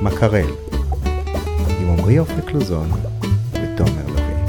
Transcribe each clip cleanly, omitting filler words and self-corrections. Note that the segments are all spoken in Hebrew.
מקרל, עם עמרי אופק לוזון ותומר לוי.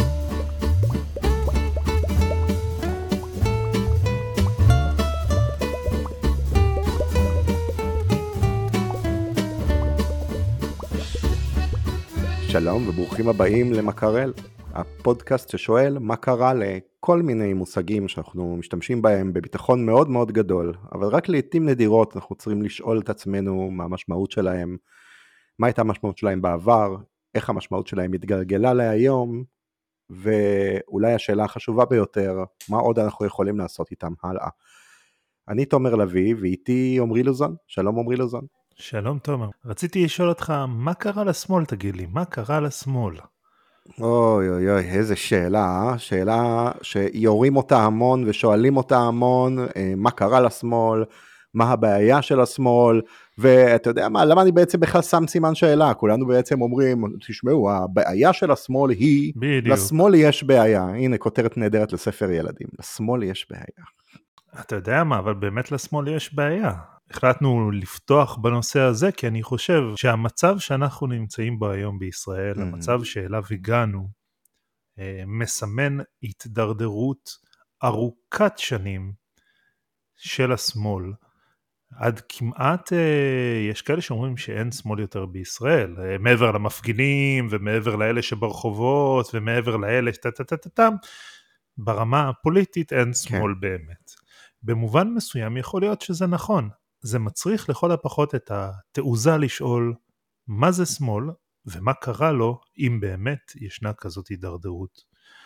שלום וברוכים הבאים למקרל, הפודקאסט ששואל מה קרה לכל מיני מושגים שאנחנו משתמשים בהם בביטחון מאוד מאוד גדול, אבל רק לעתים נדירות אנחנו צריכים לשאול את עצמנו מה המשמעות שלהם, מה הייתה המשמעות שלהם בעבר, איך המשמעות שלהם התגלגלה להיום, ואולי השאלה החשובה ביותר, מה עוד אנחנו יכולים לעשות איתם הלאה. אני תומר לוי, ואיתי עמרי לוזון. שלום עמרי לוזון. שלום תומר. רציתי לשאול אותך, מה קרה לשמאל, תגיד לי, מה קרה לשמאל? אוי אוי אוי, איזה שאלה, שאלה שיורים אותה המון ושואלים אותה המון, מה קרה לשמאל, מה הבעיה של השמאל, ואתה יודע מה, למה אני בעצם בכלל שם סימן שאלה? כולנו בעצם אומרים, תשמעו, הבעיה של השמאל היא, בדיוק. לשמאל יש בעיה, הנה כותרת נהדרת לספר ילדים, לשמאל יש בעיה. אתה יודע מה, אבל באמת לשמאל יש בעיה. החלטנו לפתוח בנושא הזה, כי אני חושב שהמצב שאנחנו נמצאים בו היום בישראל, המצב שאליו הגענו, מסמן התדרדרות ארוכת שנים של השמאל, עד כמעט, יש כאלה שאומרים שאין שמאל יותר בישראל, מעבר למפגינים ומעבר לאלה שברחובות ומעבר לאלה שטטטטטם, ברמה הפוליטית אין שמאל באמת. במובן מסוים יכול להיות שזה נכון, זה מצריך לכל הפחות את התעוזה לשאול מה זה שמאל ומה קרה לו אם באמת ישנה כזאת הידרדרות.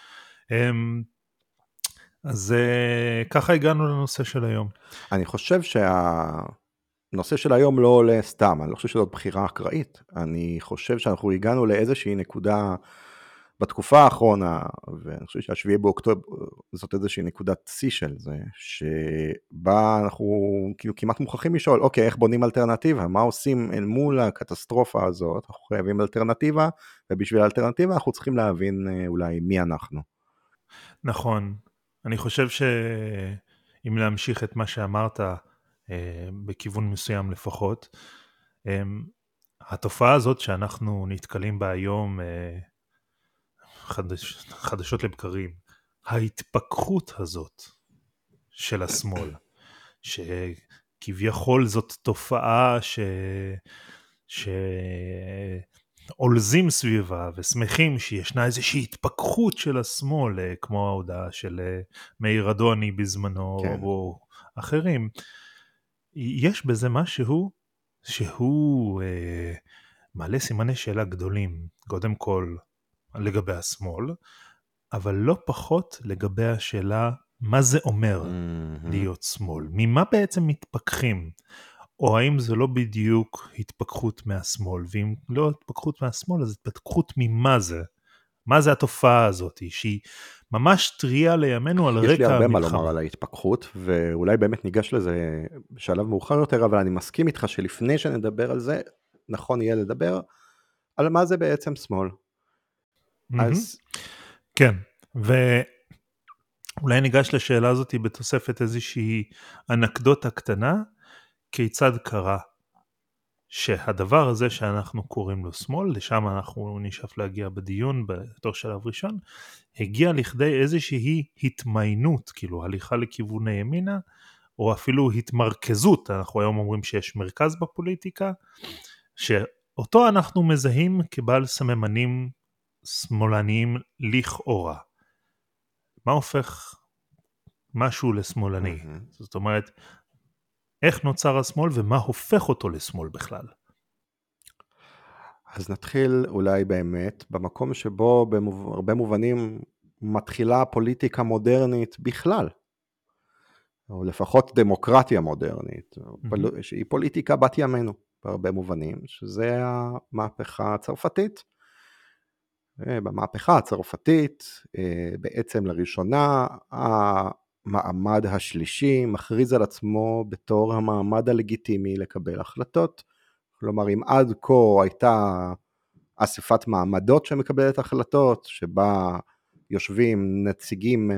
אז ככה הגענו לנושא של היום. אני חושב שהנושא של היום לא עולה סתם, אני לא חושב שזאת בחירה אקראית, אני חושב שאנחנו הגענו לאיזושהי נקודה בתקופה האחרונה, ואני חושב שהשביעי באוקטובר זאת איזושהי נקודת שיא של זה, שבה אנחנו כאילו כמעט מוכרחים לשאול, אוקיי, איך בונים אלטרנטיבה? מה עושים אל מול הקטסטרופה הזאת? אנחנו חייבים אלטרנטיבה, ובשביל האלטרנטיבה אנחנו צריכים להבין אולי מי אנחנו. נכון, אני חושב שאם להמשיך את מה שאמרת, בכיוון מסוים לפחות, התופעה הזאת שאנחנו נתקלים בה היום, חדשות לבקרים, ההתפכחות הזאת של השמאל, שכביכול זאת תופעה שעולזים סביבה ושמחים שישנה איזושהי התפכחות של השמאל, כמו ההודעה של מאיר אדוני בזמנו, כן. או אחרים, יש בזה משהו שהוא מעלה סימני שאלה גדולים, קודם כל לגבי השמאל, אבל לא פחות לגבי השאלה מה זה אומר להיות שמאל, ממה בעצם מתפכחים, או האם זה לא בדיוק התפכחות מהשמאל, ואם לא התפכחות מהשמאל אז התפכחות ממה זה, מה זה התופעה הזאת, שהיא ממש טריה לימינו על רקע המלחמה. יש לי הרבה מה לומר על ההתפכחות, ואולי באמת ניגש לזה בשלב מאוחר יותר, אבל אני מסכים איתך שלפני שנדבר על זה, נכון יהיה לדבר על מה זה בעצם שמאל. אז... כן, ואולי ניגש לשאלה הזאת בתוספת איזושהי אנקדוטה קטנה, כיצד קרה שהדבר הזה שאנחנו קוראים לו שמאל, לשם אנחנו נשאף להגיע בדיון בתור שלב ראשון, הגיע לכדי איזושהי התמיינות, כאילו הליכה לכיווני ימינה, או אפילו התמרכזות, אנחנו היום אומרים שיש מרכז בפוליטיקה, שאותו אנחנו מזהים כבעל סממנים שמאלניים לכאורה. מה הופך משהו לשמאלני? זאת אומרת, איך נוצר השמאל ומה הופך אותו לשמאל בכלל? אז נתחיל אולי באמת במקום שבו בהרבה מובנים מתחילה פוליטיקה מודרנית בכלל, או לפחות דמוקרטיה מודרנית, שהיא פוליטיקה בת ימינו בהרבה מובנים, שזה המהפכה הצרפתית. במהפכה הצרפתית בעצם לראשונה המעמד השלישי מכריז על עצמו בתור המעמד הלגיטימי לקבל החלטות. כלומר, אם עד כה הייתה אספת מעמדות שמקבלת החלטות, שבה יושבים נציגים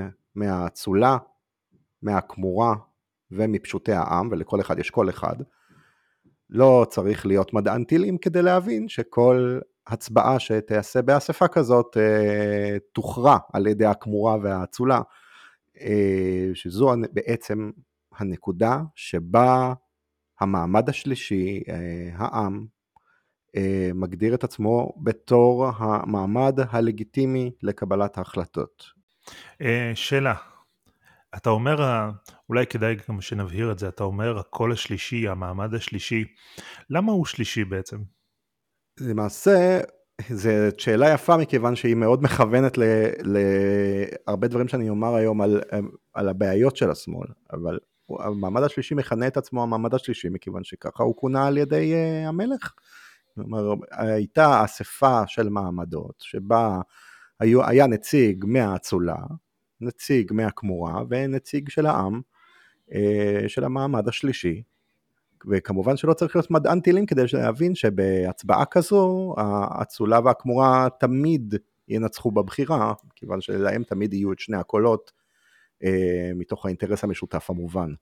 מהאצולה, מהכמורה ומפשוטי העם, ולכל אחד יש כל אחד, לא צריך להיות מדען טילים כדי להבין שכל הצבעה שתעשה באספה כזאת תוכרע על ידי הכמורה והאצולה, שזו בעצם הנקודה שבה המעמד השלישי, העם, מגדיר את עצמו בתור המעמד הלגיטימי לקבלת ההחלטות. שאלה, אתה אומר, אולי כדאי גם שנבהיר את זה, אתה אומר הקול השלישי, המעמד השלישי, למה הוא שלישי בעצם? למעשה, זו שאלה יפה מכיוון שהיא מאוד מכוונת להרבה דברים שאני אומר היום על הבעיות של השמאל, אבל המעמד השלישי מכנה את עצמו המעמד השלישי מכיוון שככה הוא כונה על ידי המלך. כלומר, הייתה אספה של מעמדות שבה היה נציג מהאצולה, נציג מהכמורה ונציג של העם, של המעמד השלישי, וכמובן שלא צריך להיות מדען טילים כדי להבין שבהצבעה כזו האצולה והכמורה תמיד ינצחו בבחירה, כיוון שלהם תמיד יהיו את שני הקולות מתוך האינטרס המשותף המובן.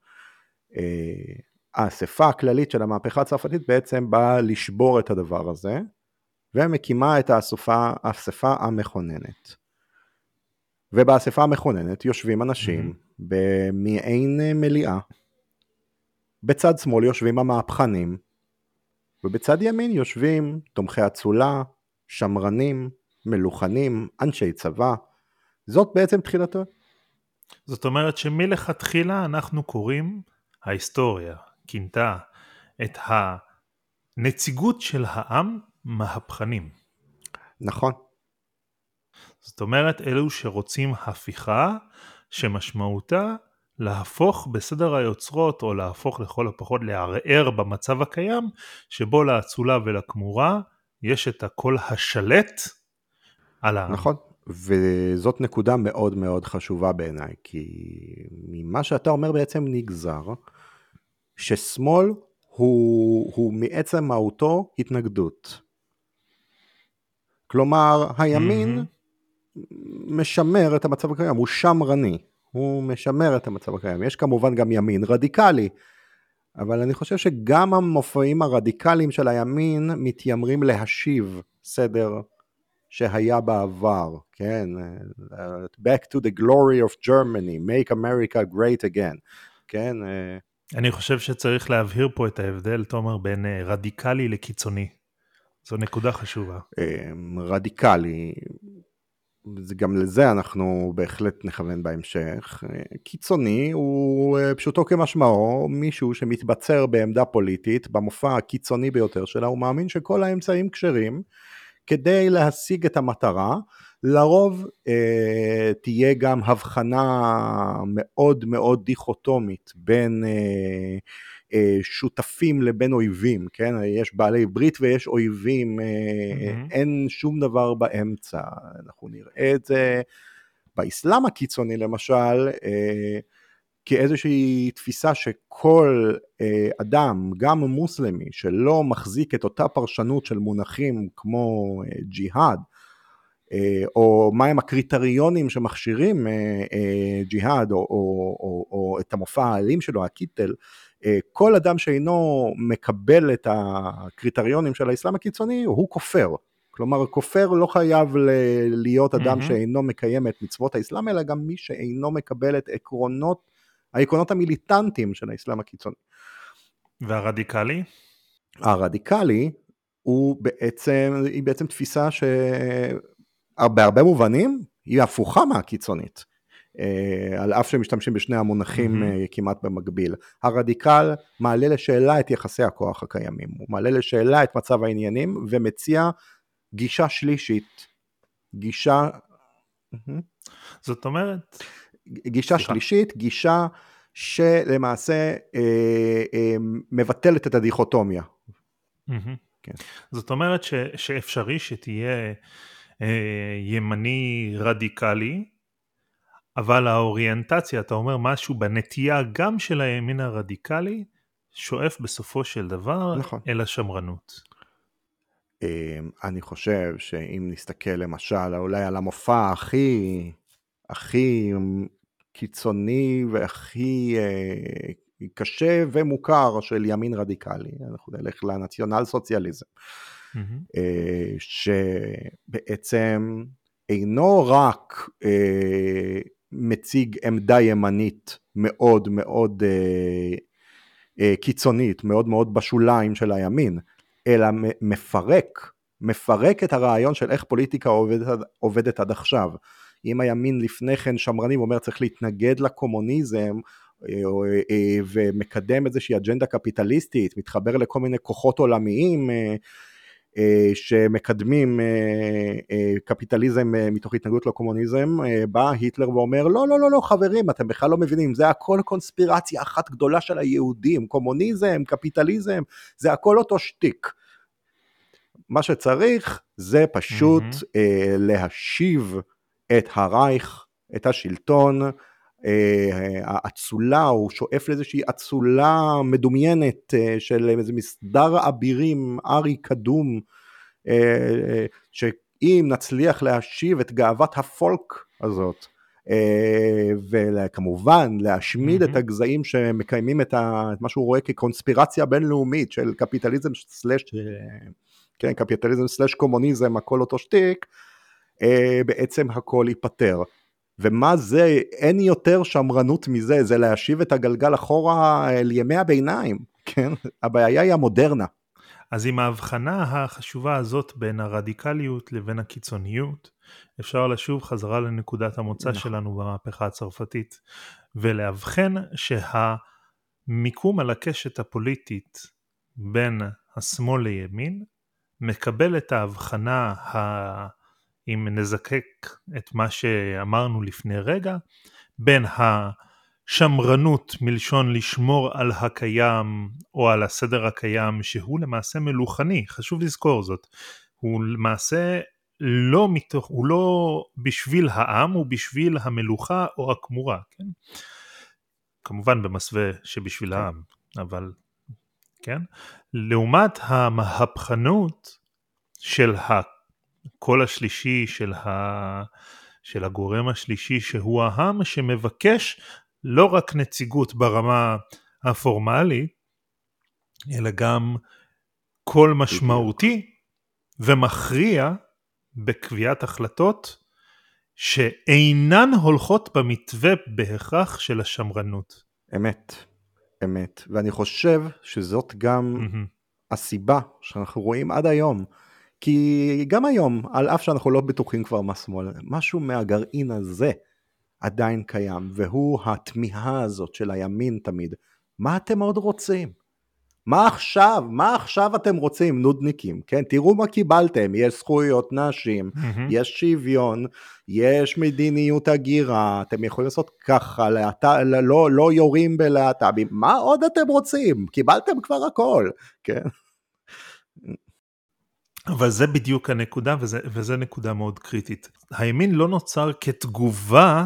האספה הכללית של המהפכה הצרפתית בעצם באה לשבור את הדבר הזה, ומקימה את האספה המכוננת. ובאספה המכוננת יושבים אנשים במעין מליאה, בצד שמאל יושבים המהפכנים, ובצד ימין יושבים תומכי אצולה, שמרנים, מלוכנים, אנשי צבא. זאת בעצם תחילתו. זאת אומרת שמלכתחילה אנחנו קוראים, ההיסטוריה כינתה את הנציגות של העם מהפכנים. נכון. זאת אומרת אלו שרוצים הפיכה שמשמעותה להפוך בסדר היוצרות, או להפוך לכל הפחות לערער במצב הקיים, שבו לאצולה ולכמורה יש את הקול השלט על העם. נכון, וזאת נקודה מאוד מאוד חשובה בעיניי, כי ממה שאתה אומר בעצם נגזר, ששמאל הוא מעצם מהותו התנגדות. כלומר, הימין משמר את המצב הקיים, הוא שמרני. הוא משמר את המצב הקיים. יש כמובן גם ימין רדיקלי, אבל אני חושב שגם המופעים הרדיקליים של הימין מתיימרים להשיב סדר שהיה בעבר, כן? Back to the glory of Germany, make America great again, כן? אני חושב שצריך להבהיר פה את ההבדל, תומר, בין רדיקלי לקיצוני. זו נקודה חשובה. רדיקלי, גם לזה אנחנו בהחלט נכוון בהמשך. קיצוני הוא פשוטו כמשמעו, מישהו שמתבצר בעמדה פוליטית, במופע הקיצוני ביותר שלה, הוא מאמין שכל האמצעים כשרים, כדי להשיג את המטרה, לרוב תהיה גם הבחנה מאוד מאוד דיכוטומית, בין שותפים לבין אויבים, כן? יש בעלי ברית ויש אויבים, אין שום דבר באמצע, אנחנו נראה את זה באסלאם הקיצוני למשל, כאיזושהי תפיסה שכל אדם, גם מוסלמי, שלא מחזיק את אותה פרשנות של מונחים כמו ג'יהאד, או מהם הקריטריונים שמכשירים ג'יהאד, או את המופע האלים שלו, הקיטל, כל אדם שאינו מקבל את הקריטריונים של האסלאם הקיצוני, הוא כופר. כלומר, כופר לא חייב להיות אדם שאינו מקיים את מצוות האסלאם, אלא גם מי שאינו מקבל את העקרונות המיליטנטיים של האסלאם הקיצוני. והרדיקלי? הרדיקלי היא בעצם תפיסה בהרבה מובנים היא הפוכה מהקיצונית, על אף שמשתמשים בשני המונחים כמעט במקביל. הרדיקל מעלה לשאלה את יחסי הכוח הקיימים, הוא מעלה לשאלה את מצב העניינים, ומציע גישה שלישית, זאת אומרת? גישה שלישית, גישה שלמעשה מבטלת את הדיכוטומיה. כן. זאת אומרת שאפשרי שתהיה ימני רדיקלי, אבל האוריינטציה, אתה אומר משהו בנטייה גם של הימין הרדיקלי, שואף בסופו של דבר אל השמרנות. אני חושב שאם נסתכל למשל אולי על המופע הכי קיצוני והכי קשה ומוכר של ימין רדיקלי, אנחנו נלך לנציונל סוציאליזם, שבעצם אינו רק מציג עמדה ימנית מאוד מאוד קיצונית, מאוד מאוד בשוליים של הימין, אלא מפרק את הרעיון של איך פוליטיקה עובדת עד עכשיו. אם הימין לפני כן שמרני ואומר צריך להתנגד לקומוניזם, ומקדם איזושהי אג'נדה קפיטליסטית, מתחבר לכל מיני כוחות עולמיים שמקדמים קפיטליזם מתוך התנגדות לקומוניזם, בא היטלר ואומר לא לא לא לא חברים, אתם בכלל לא מבינים, זה הכל קונספירציה אחת גדולה של היהודים, קומוניזם, קפיטליזם, זה הכל אותו שטיק. מה שצריך זה פשוט להשיב את הרייך, את השלטון, האצולה, הוא שואף לאיזושהי אצולה מדומיינת של איזה מסדר אבירים, ארי קדום, שאם נצליח להשיב את גאוות הפולק הזאת, וכמובן להשמיד את הגזעים שמקיימים את מה שהוא רואה כקונספירציה בינלאומית של קפיטליזם סלש קומוניזם, הכל אותו שטיק, בעצם הכל ייפטר. ומה זה, אין יותר שמרנות מזה, זה להשיב את הגלגל אחורה לימי הביניים, כן? הבעיה היא המודרנה. אז עם ההבחנה החשובה הזאת בין הרדיקליות לבין הקיצוניות, אפשר לשוב חזרה לנקודת המוצא שלנו במהפכה הצרפתית, ולהבחן שהמיקום על הקשת הפוליטית בין השמאל לימין, מקבל את ההבחנה אם נזקק את מה שאמרנו לפני רגע, בין השמרנות מלשון לשמור על הקיים או על הסדר הקיים, שהוא למעשה מלוכני, חשוב לזכור זאת, הוא למעשה הוא לא בשביל העם, הוא בשביל המלוכה או הכמורה, כן? כמובן במסווה שבשביל העם, אבל כן? לעומת המהפכנות של הקול השלישי, של הגורם השלישי שהוא העם, שמבקש לא רק נציגות ברמה הפורמלית, אלא גם קול משמעותי ומכריע בקביעת החלטות שאינן הולכות במתווה בהכרח של השמרנות. אמת. ואני חושב שזאת גם הסיבה שאנחנו רואים עד היום, כי גם היום, על אף שאנחנו לא בטוחים כבר מהשמאל, משהו מהגרעין הזה עדיין קיים, והוא התמיהה הזאת של הימין תמיד. מה אתם עוד רוצים? מה עכשיו אתם רוצים, נודניקים? כן, תראו מה קיבלתם, יש זכויות נשים, יש שוויון, יש מדיניות הגירה, אתם יכולים לעשות ככה, לא יורים בלהט"בים, מה עוד אתם רוצים? קיבלתם כבר הכל, כן? אבל זה בדיוק הנקודה, וזה נקודה מאוד קריטית. הימין לא נוצר כתגובה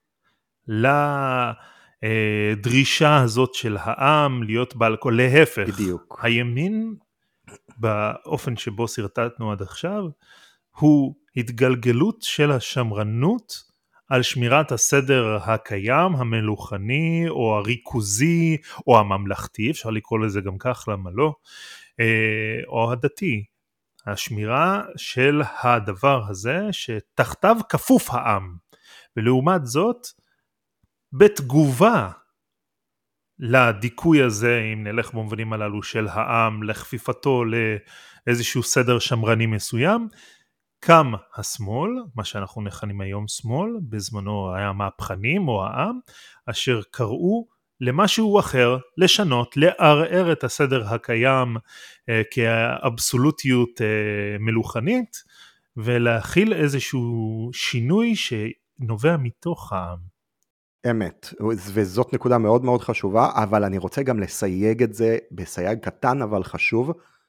לדרישה הזאת של העם להיות בעל קול, להפך. בדיוק. הימין, באופן שבו סרטטנו עד עכשיו, הוא התגלגלות של השמרנות על שמירת הסדר הקיים, המלוכני, או הריכוזי, או הממלכתי, אפשר לקרוא לזה גם כך, למה לא, או הדתי. השמירה של הדבר הזה שתחתיו כפוף העם, ולעומת זאת בתגובה לדיכוי הזה, אם נלך במובנים הללו של העם, לכפיפתו לאיזשהו סדר שמרני מסוים, קם השמאל, מה שאנחנו מכנים היום שמאל, בזמנו היה מהפכנים או העם, אשר קראו למשהו אחר, לשנות, לערער את הסדר הקיים כאבסולוטיות מלוכנית, ולהכיל איזשהו שינוי שנובע מתוך העם. אמת, וזאת נקודה מאוד מאוד חשובה, אבל אני רוצה גם לסייג את זה בסייג קטן אבל חשוב.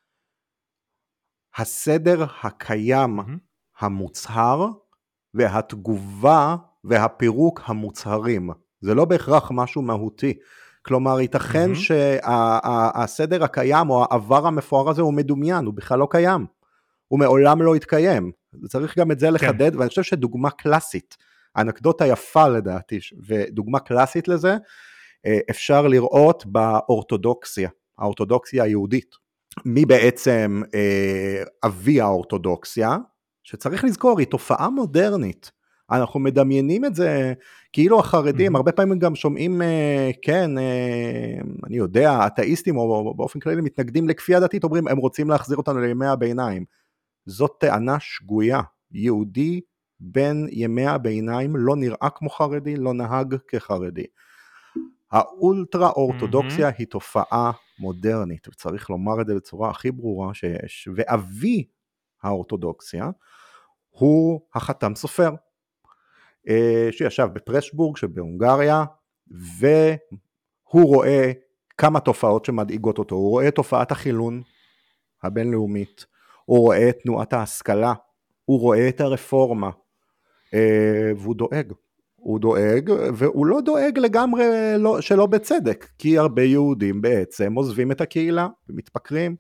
הסדר הקיים המוצהר והתגובה והפירוק המוצהרים, זה לא בהכרח משהו מהותי. כלומר, ייתכן שהסדר הקיים או העבר המפואר הזה הוא מדומיין, הוא בכלל לא קיים. הוא מעולם לא התקיים. צריך גם את זה לחדד, ואני חושב שדוגמה קלאסית, אנקדוטה יפה לדעתי, ודוגמה קלאסית לזה, אפשר לראות באורתודוקסיה, האורתודוקסיה היהודית. מי בעצם אבי האורתודוקסיה, שצריך לזכור, היא תופעה מודרנית. אנחנו מדמיינים את זה כאילו החרדים, הרבה פעמים גם שומעים, כן, אני יודע, אתאיסטים או באופן כללי מתנגדים לכפייה דתית, אומרים, הם רוצים להחזיר אותנו לימי הביניים. זאת טענה שגויה. יהודי בין ימי הביניים לא נראה כמו חרדי, לא נהג כחרדי. האולטרה אורתודוקסיה היא תופעה מודרנית, וצריך לומר את זה בצורה הכי ברורה שיש, ואבי האורתודוקסיה הוא החתם סופר, שישב בפרשבורג שבהונגריה, והוא רואה כמה תופעות שמדאיגות אותו, הוא רואה תופעת החילון הבינלאומית, הוא רואה את תנועת ההשכלה, הוא רואה את הרפורמה, והוא דואג. הוא דואג, והוא לא דואג לגמרי שלא בצדק, כי הרבה יהודים בעצם עוזבים את הקהילה ומתפקרים.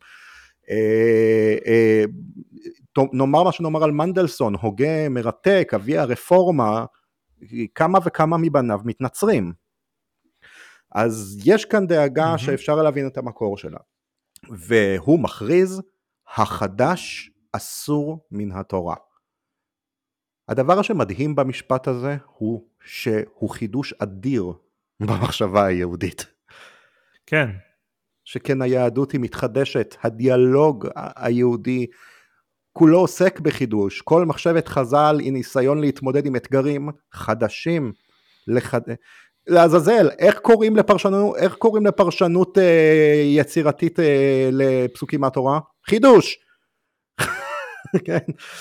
נאמר מה שנאמר על מנדלסון, הוגה מרתק, אבי הרפורמה, כמה וכמה מבניו מתנצרים. אז יש כאן דאגה שאפשר להבין את המקור שלה. והוא מכריז, החדש אסור מן התורה. הדבר שמדהים במשפט הזה הוא שהוא חידוש אדיר במחשבה היהודית. כן. שכן היהדות היא מתחדשת, הדיאלוג היהודי כולו עוסק בחידוש, כל מחשבת חז"ל היא ניסיון להתמודד עם אתגרים חדשים, לעזאזל, איך קוראים לפרשנות יצירתית לפסוקים מהתורה? חידוש! כן.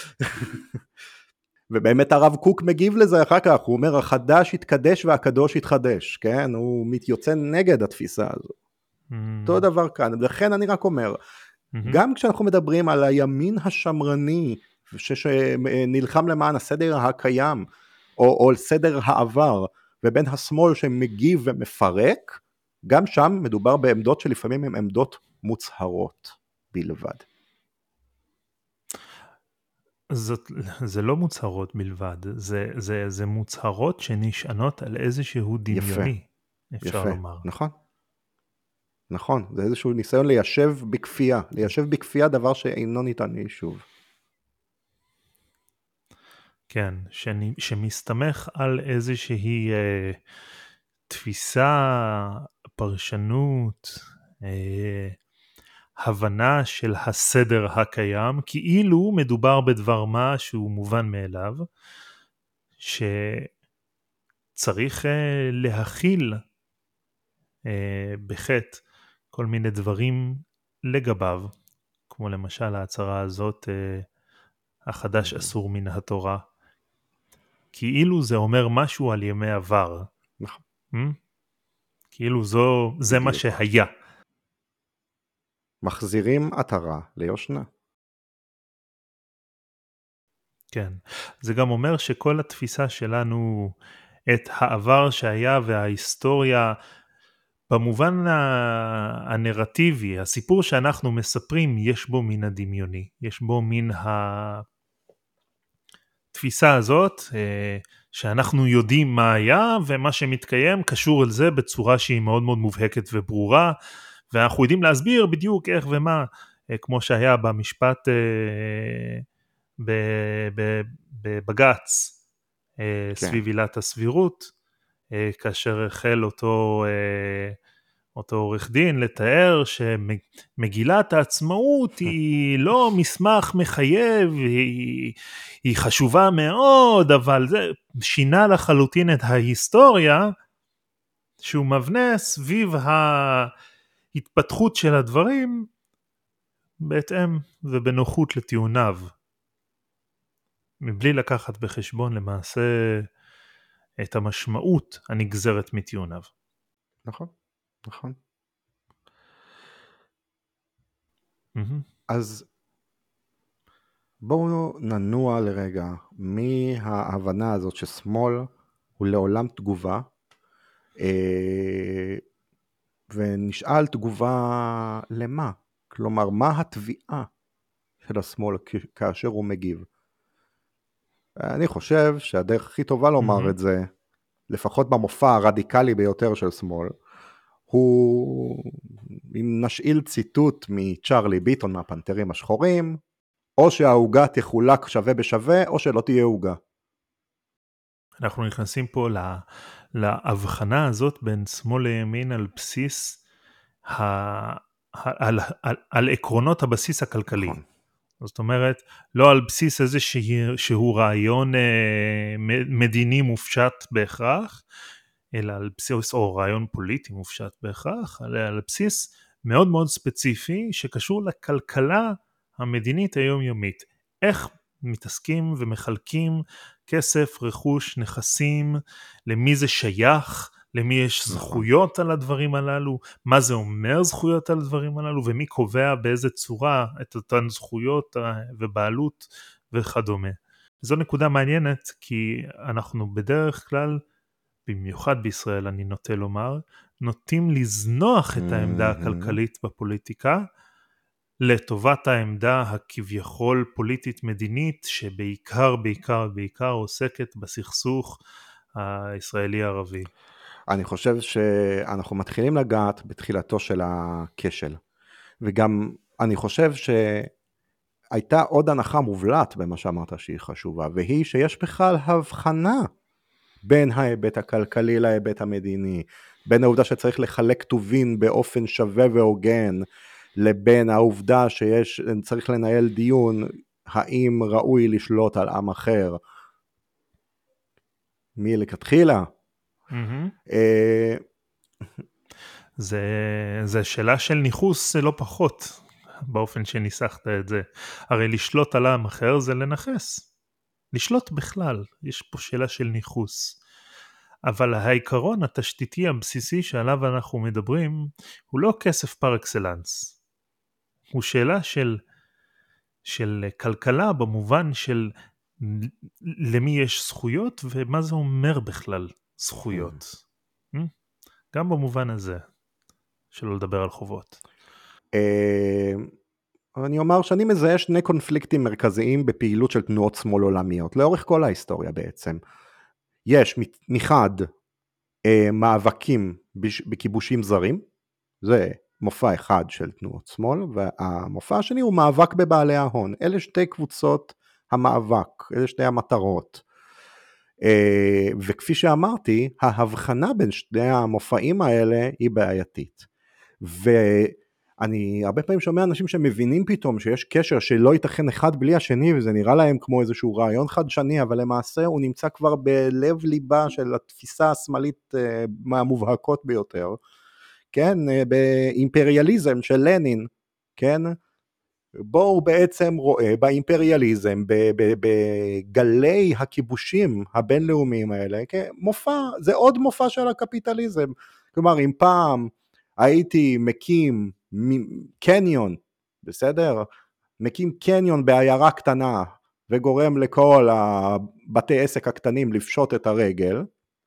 ובאמת הרב קוק מגיב לזה אחר כך, הוא אומר החדש יתקדש והקדוש יתחדש, כן? הוא מתיוצא נגד התפיסה הזו. אותו דבר כאן, לכן אני רק אומר, גם כשאנחנו מדברים על הימין השמרני, שנלחם למען הסדר הקיים, או סדר העבר, ובין השמאל שמגיב ומפרק, גם שם מדובר בעמדות שלפעמים הן עמדות מוצהרות בלבד. זה לא מוצהרות בלבד, זה מוצהרות שנשענות על איזשהו דמיוני, אפשר לומר. נכון. נכון, זה איזשהו ניסיון ליישב בכפייה דבר שאינו ניתן ליישוב. כן, שמסתמך על איזושהי תפיסה, פרשנות, הבנה של הסדר הקיים, כאילו מדובר בדבר מה שהוא מובן מאליו, שצריך להכיל בחטא כל מיני דברים לגביו, כמו למשל ההצהרה הזאת, החדש אסור מן התורה, כאילו זה אומר משהו על ימי עבר. נכון. כאילו זה מה שהיה. מחזירים עטרה ליושנה. כן. זה גם אומר שכל התפיסה שלנו את העבר שהיה וההיסטוריה, במובן הנרטיבי, הסיפור שאנחנו מספרים, יש בו מן הדמיוני. יש בו מן התפיסה הזאת, שאנחנו יודעים מה היה, ומה שמתקיים קשור אל זה בצורה שהיא מאוד מאוד מובהקת וברורה, ואנחנו יודעים להסביר בדיוק איך ומה, כמו שהיה במשפט בבג"ץ, סביב עילת הסבירות, כאשר החל אותו עורך דין לתאר שמגילת העצמאות היא לא מסמך מחייב, היא חשובה מאוד, אבל זה שינה לחלוטין את ההיסטוריה שהוא מבנה סביב ההתפתחות של הדברים בהתאם ובנוחות לטיעוניו, מבלי לקחת בחשבון למעשה את המשמעות הנגזרת מטיעוניו. נכון. נכון. אז בואו ננוע לרגע מההבנה הזאת ששמאל הוא לעולם תגובה, ונשאל תגובה למה? כלומר, מה התביעה של השמאל כאשר הוא מגיב? אני חושב שהדרך הכי טובה לומר את זה, לפחות במופע הרדיקלי ביותר של שמאל, הוא, אם נשאיל ציטוט מצ'רלי ביטון מהפנתרים השחורים, או שהעוגה תחולק שווה בשווה, או שלא תהיה עוגה. אנחנו נכנסים פה להבחנה הזאת בין שמאל לימין על בסיס, על עקרונות הבסיס הכלכלי. נכון. זאת אומרת, לא על בסיס איזה שהוא רעיון מדיני מופשט בהכרח, אלא על בסיס, או רעיון פוליטי מופשט בהכרח, אלא על בסיס מאוד מאוד ספציפי, שקשור לכלכלה המדינית היומיומית. איך מתעסקים ומחלקים כסף, רכוש, נכסים, למי זה שייך, למי יש זכויות על הדברים הללו, מה זה אומר זכויות על הדברים הללו, ומי קובע באיזה צורה את אותן זכויות ובעלות וכדומה. זו נקודה מעניינת, כי אנחנו בדרך כלל, במיוחד בישראל אני נוטה לומר, נוטים לזנוח את העמדה הכלכלית בפוליטיקה, לטובת העמדה הכביכול פוליטית מדינית, שבעיקר עוסקת בסכסוך הישראלי-ערבי. אני חושב שאנחנו מתחילים לגעת בתחילתו של הכשל, וגם אני חושב שהייתה עוד הנחה מובלעת במה שאמרת שהיא חשובה, והיא שיש בכלל הבחנה בין ההיבט הכלכלי להיבט המדיני, בין העובדה שצריך לחלק טובין באופן שווה והוגן, לבין העובדה שצריך לנהל דיון, האם ראוי לשלוט על עם אחר, מי לכתחילה. זה שאלה של ניחוס, זה לא פחות, באופן שניסחת את זה. הרי לשלוט על עם אחר זה לנחס. לשלוט בכלל, יש פה שאלה של ניחוס. אבל העיקרון התשתיתי הבסיסי שעליו אנחנו מדברים, הוא לא כסף פר אקסלנס. הוא שאלה של כלכלה במובן של למי יש זכויות ומה זה אומר בכלל זכויות. גם במובן הזה, שלא לדבר על חובות. אני אומר שאני מזהה שני קונפליקטים מרכזיים בפעילות של תנועות שמאל עולמיות, לאורך כל ההיסטוריה בעצם. יש מחד מאבקים בכיבושים זרים, זה מופע אחד של תנועות שמאל, והמופע השני הוא מאבק בבעלי ההון. אלה שתי קבוצות המאבק, אלה שתי המטרות. וכפי שאמרתי, ההבחנה בין שני המופעים האלה היא בעייתית. ואני הרבה פעמים שומע אנשים שמבינים פתאום שיש קשר שלא ייתכן אחד בלי השני, וזה נראה להם כמו איזשהו רעיון חדשני, אבל למעשה הוא נמצא כבר בלב ליבה של התפיסה השמאלית מהמובהקות ביותר, כן, באימפריאליזם של לנין, כן, בו הוא בעצם רואה באימפריאליזם, בגלי הכיבושים הבינלאומיים האלה, מופע, זה עוד מופע של הקפיטליזם. כלומר, אם פעם הייתי מקים קניון, בסדר? מקים קניון בעיירה קטנה, וגורם לכל הבתי עסק הקטנים לפשוט את הרגל,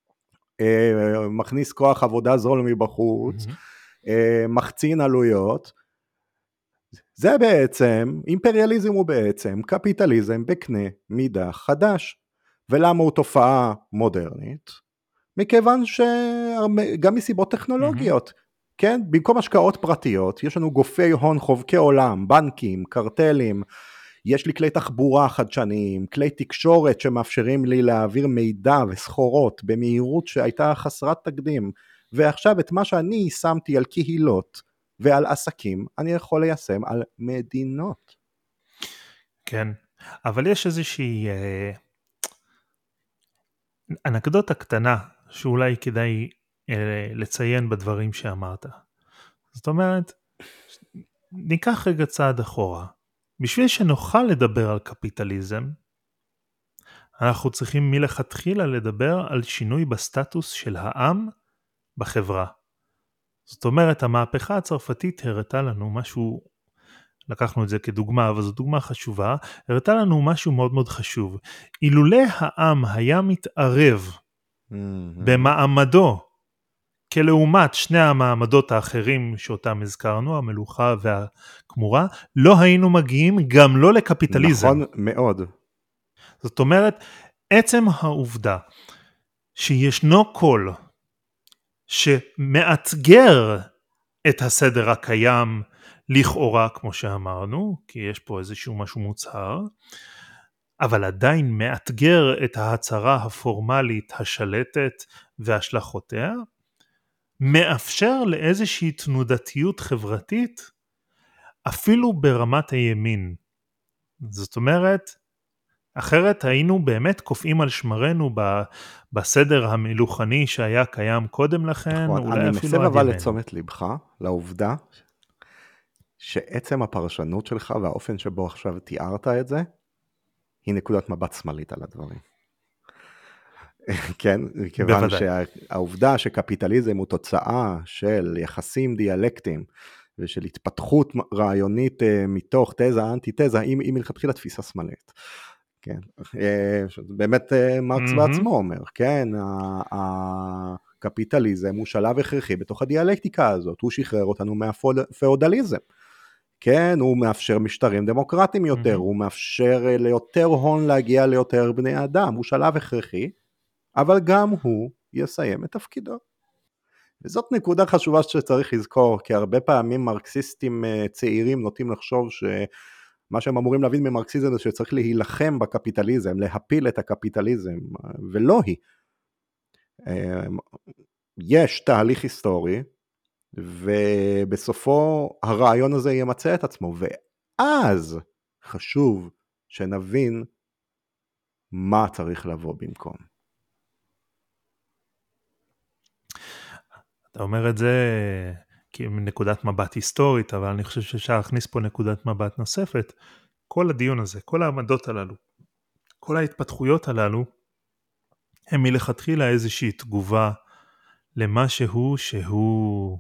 מכניס כוח עבודה זול מבחוץ, מחצין עלויות, זה בעצם, אימפריאליזם הוא בעצם קפיטליזם בקנה מידה חדש. ולמה הוא תופעה מודרנית? מכיוון שגם מסיבות טכנולוגיות, כן? במקום השקעות פרטיות, יש לנו גופי הון חובקי עולם, בנקים, קרטלים, יש לי כלי תחבורה חדשניים, כלי תקשורת שמאפשרים לי להעביר מידע וסחורות במהירות שהייתה חסרת תקדים, ועכשיו את מה שאני שמתי על קהילות ועל עסקים, אני יכול ליישם על מדינות. כן, אבל יש איזושהי אנקדוטה קטנה שאולי כדאי לציין בדברים שאמרת. זאת אומרת, ניקח רגע צעד אחורה. בשביל שנוכל לדבר על קפיטליזם, אנחנו צריכים מלכתחילה לדבר על שינוי בסטטוס של העם בחברה. זאת אומרת, המהפכה הצרפתית הראתה לנו משהו, לקחנו את זה כדוגמה, אבל זו דוגמה חשובה, הראתה לנו משהו מאוד מאוד חשוב. אילולא העם היה מתערב במעמדו, כלעומת שני המעמדות האחרים שאותם הזכרנו, המלוכה והכמורה, לא היינו מגיעים גם לא לקפיטליזם. נכון מאוד. זאת אומרת, עצם העובדה שישנו קול שמאתגר את הסדר הקיים לכאורה, כמו שאמרנו, כי יש פה איזשהו משהו מוצהר, אבל עדיין מאתגר את ההצהרה הפורמלית השלטת והשלכותיה, מאפשר לאיזושהי תנודתיות חברתית, אפילו ברמת הימין. זאת אומרת, אחרת היינו באמת קופאים על שמרנו בסדר המלוכני שהיה קיים קודם לכן, נכון, אולי אני אפילו מסב עד אבל ימינו. לתשומת לבך, לעובדה, שעצם הפרשנות שלך והאופן שבו עכשיו תיארת את זה, היא נקודת מבט שמאלית על הדברים. כן, כיוון בוודאי. שהעובדה שקפיטליזם הוא תוצאה של יחסים דיאלקטיים, ושל התפתחות רעיונית מתוך תזה, אנטי-תזה, היא מלכתחילה תפיסה שמאלית. כן, באמת מרקס בעצמו אומר, כן, הקפיטליזם הוא שלב הכרחי בתוך הדיאלקטיקה הזאת, הוא שחרר אותנו מהפאודליזם. כן, הוא מאפשר משטרים דמוקרטיים יותר, הוא מאפשר ליותר הון להגיע ליותר בני אדם, הוא שלב הכרחי, אבל גם הוא יסיים את תפקידו. וזאת נקודה חשובה שצריך לזכור, כי הרבה פעמים מרקסיסטים צעירים נוטים לחשוב שמה שהם אמורים להבין ממרקסיזם זה שצריך להילחם בקפיטליזם, להפיל את הקפיטליזם, ולא היא. יש תהליך היסטורי, ובסופו הרעיון הזה ימצא את עצמו, ואז חשוב שנבין מה צריך לבוא במקום. אתה אומר את זה כנקודת מבט היסטורית, אבל אני חושב שאפשר להכניס פה נקודת מבט נוספת. כל הדיון הזה, כל העמדות הללו, כל ההתפתחויות הללו, הם מלכתחילה איזושהי תגובה למשהו שהוא,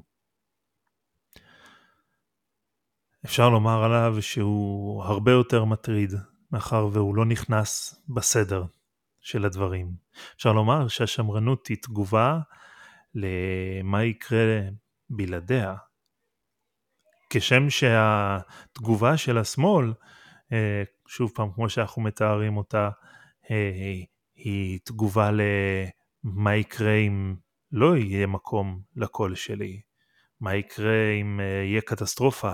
אפשר לומר עליו שהוא הרבה יותר מטריד, מאחר והוא לא נכנס בסדר של הדברים. אפשר לומר שהשמרנות היא תגובה למה יקרה בלעדיה. כשם שהתגובה של השמאל, שוב פעם, כמו שאנחנו מתארים אותה, היא תגובה למה יקרה אם לא יהיה מקום לקול שלי, מה יקרה אם יהיה קטסטרופה,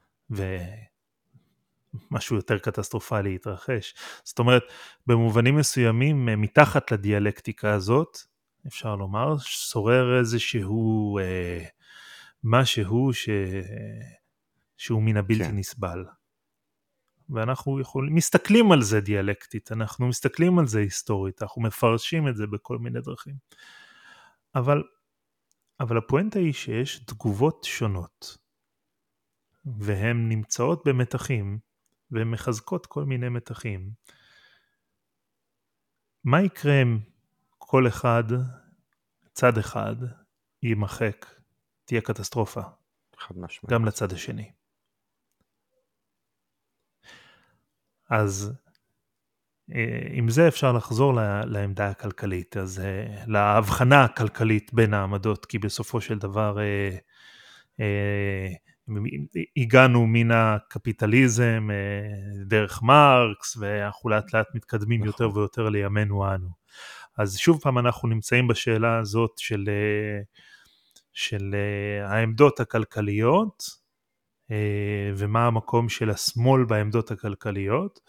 ומשהו יותר קטסטרופלי יתרחש. זאת אומרת, במובנים מסוימים, מתחת לדיאלקטיקה הזאת, אפשר לומר, שורר איזשהו משהו שהוא מן הבלתי כן. נסבל. ואנחנו מסתכלים על זה דיאלקטית, אנחנו מסתכלים על זה היסטורית, אנחנו מפרשים את זה בכל מיני דרכים. אבל הפואנטה היא שיש תגובות שונות, והן נמצאות במתחים, והן מחזקות כל מיני מתחים. מה יקרה אם כל אחד, צד אחד, יימחק, תהיה קטסטרופה, גם לצד השני. אז עם זה אפשר לחזור לעמדה הכלכלית, אז להבחנה הכלכלית בין העמדות, כי בסופו של דבר הגענו מן הקפיטליזם דרך מרקס, ואנחנו לאט לאט מתקדמים יותר ויותר לימינו אנו. אז שוב פעם אנחנו נמצאים בשאלה הזאת של העמדות הכלכליות, ומה המקום של השמאל בעמדות הכלכליות,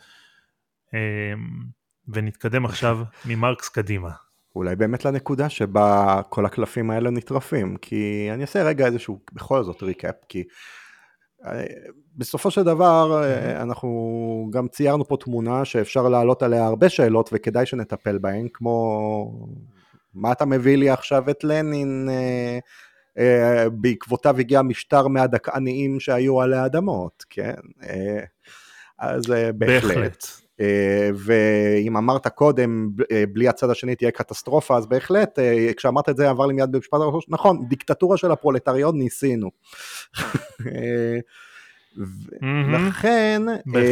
ונתקדם עכשיו ממרקס קדימה. אולי באמת לנקודה שבה כל הקלפים האלה נטרפים, כי אני אעשה רגע איזשהו בכל זאת ריקאפ, כי בסופו של דבר אנחנו גם ציירנו פה תמונה שאפשר להעלות עליה הרבה שאלות וכדאי שנטפל בהן, כמו מה אתה מביא לי עכשיו את לנין, בעקבותיו הגיע משטר מהדכאניים שהיו עלי אדמות, כן? אז בהחלט. ואם אמרת קודם, בלי הצד השני תהיה קטסטרופה, אז בהחלט, כשאמרת את זה עבר לי מיד במשפט הראש, נכון, דיקטטורה של הפרולטריון ניסינו. לכן,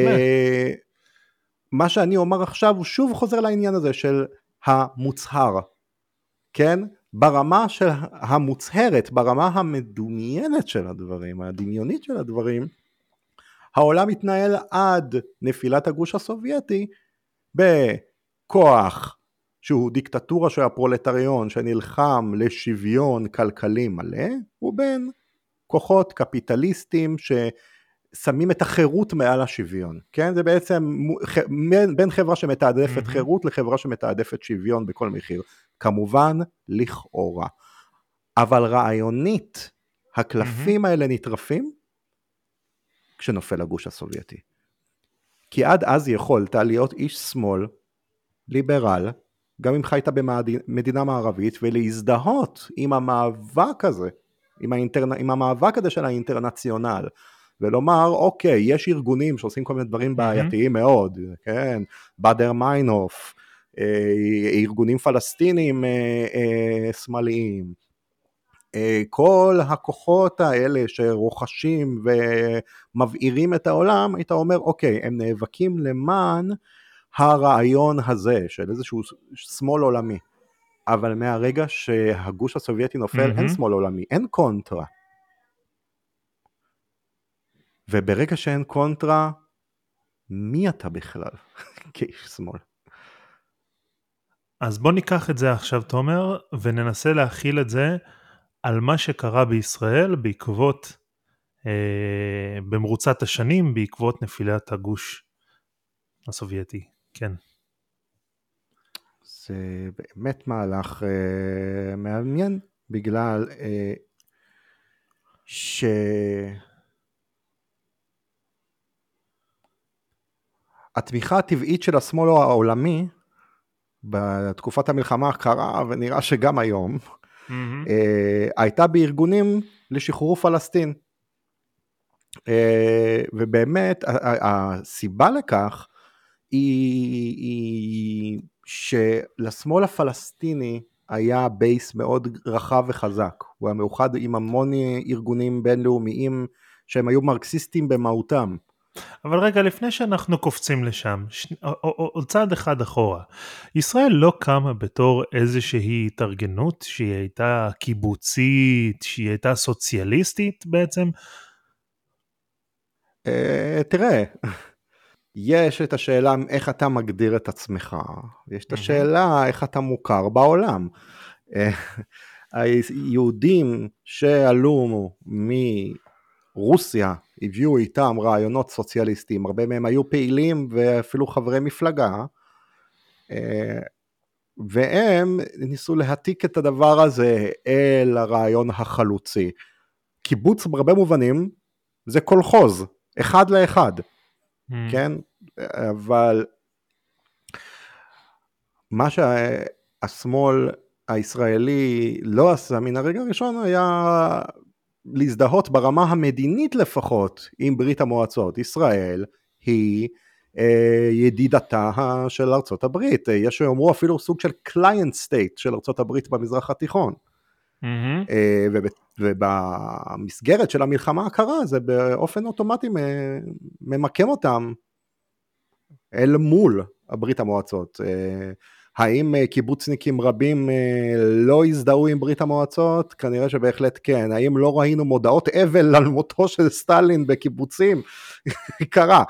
מה שאני אומר עכשיו, הוא שוב חוזר לעניין הזה של המוצהר, כן? ברמה של המוצהרת, ברמה המדומיינת של הדברים, הדמיונית של הדברים, העולם מתנהל עד נפילת הגוש הסובייטי בכוח שהוא דיקטטורה של הפרולטריון שנלחם לשוויון כלכלי מלא, ובין כוחות קפיטליסטים ששמים את החירות מעל השוויון, כן? זה בעצם בין חברה שמתעדפת חירות לחברה שמתעדפת שוויון בכל מחיר, כמובן לכאורה. אבל רעיונית, הקלפים האלה נטרפים כשנופל הגוש הסובייטי. כי עד אז יכולת להיות איש שמאל, ליברל, גם אם חיית במדינה מערבית, ולהזדהות עם המאבק הזה, עם המאבק הזה של האינטרנציונל, ולומר, אוקיי, יש ארגונים שעושים כל מיני דברים בעייתיים מאוד, כן, באדר מיינוף, ארגונים פלסטינים שמאליים, כל הכוחות האלה שרוכשים ומבעירים את העולם, היית אומר, אוקיי, הם נאבקים למען הרעיון הזה של איזשהו שמאל עולמי, אבל מהרגע שהגוש הסובייטי נופל, אין שמאל עולמי, אין קונטרה. וברגע שאין קונטרה, מי אתה בכלל כאיש שמאל? אז בוא ניקח את זה עכשיו, תומר, וננסה להכיל את זה על מה שקרה בישראל בעקבות, במרוצת השנים, בעקבות נפילת הגוש הסובייטי. כן. זה באמת מהלך מעניין, בגלל התמיכה הטבעית של השמאל העולמי, בתקופת המלחמה הקרה, ונראה שגם היום, הייתה בארגונים לשחרור פלסטין. ובאמת, הסיבה לכך, היא שלשמאל הפלסטיני היה בייס מאוד רחב וחזק. הוא היה מאוחד עם המון ארגונים בינלאומיים שהם היו מרקסיסטים במהותם. אבל רגע, לפני שאנחנו קופצים לשם, עוד צעד אחד אחורה, ישראל לא קמה בתור איזושהי התארגנות שהיא הייתה קיבוצית, שהיא הייתה סוציאליסטית בעצם? תראה, יש את השאלה איך אתה מגדיר את עצמך, יש את השאלה איך אתה מוכר בעולם. היהודים שעלו מרוסיה, הביאו איתם רעיונות סוציאליסטיים, הרבה מהם היו פעילים ואפילו חברי מפלגה, והם ניסו להעתיק את הדבר הזה אל הרעיון החלוצי. קיבוץ בהרבה מובנים זה קולחוז, אחד לאחד, כן? אבל מה שהשמאל הישראלי לא עשה מן הרגע הראשון היה להזדהות ברמה המדינית לפחות עם ברית המועצות. ישראל היא ידידתה של ארצות הברית, יש שאומרו אפילו סוג של קליינט סטייט של ארצות הברית במזרח התיכון. ובמסגרת של המלחמה הקרה זה באופן אוטומטי ממקם אותם אל מול הברית המועצות. האם קיבוצניקים רבים לא הזדהו עם ברית המועצות? כנראה שבהחלט כן. האם לא ראינו מודעות אבל על מותו של סטלין בקיבוצים? קרה.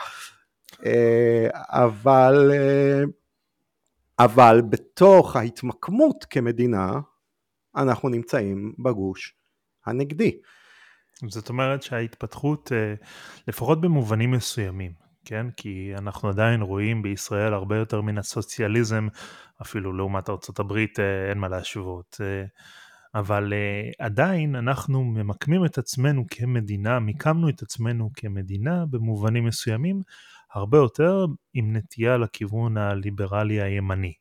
אבל בתוך ההתמקמות כמדינה, אנחנו נמצאים בגוש הנגדי. זאת אומרת שההתפתחות, לפחות במובנים מסוימים, כן? כי אנחנו עדיין רואים בישראל הרבה יותר מן הסוציאליזם, אפילו לעומת ארצות הברית אין מה להשוות, אבל עדיין אנחנו ממקמים את עצמנו כמדינה, מיקמנו את עצמנו כמדינה במובנים מסוימים, הרבה יותר עם נטייה לכיוון הליברלי הימני.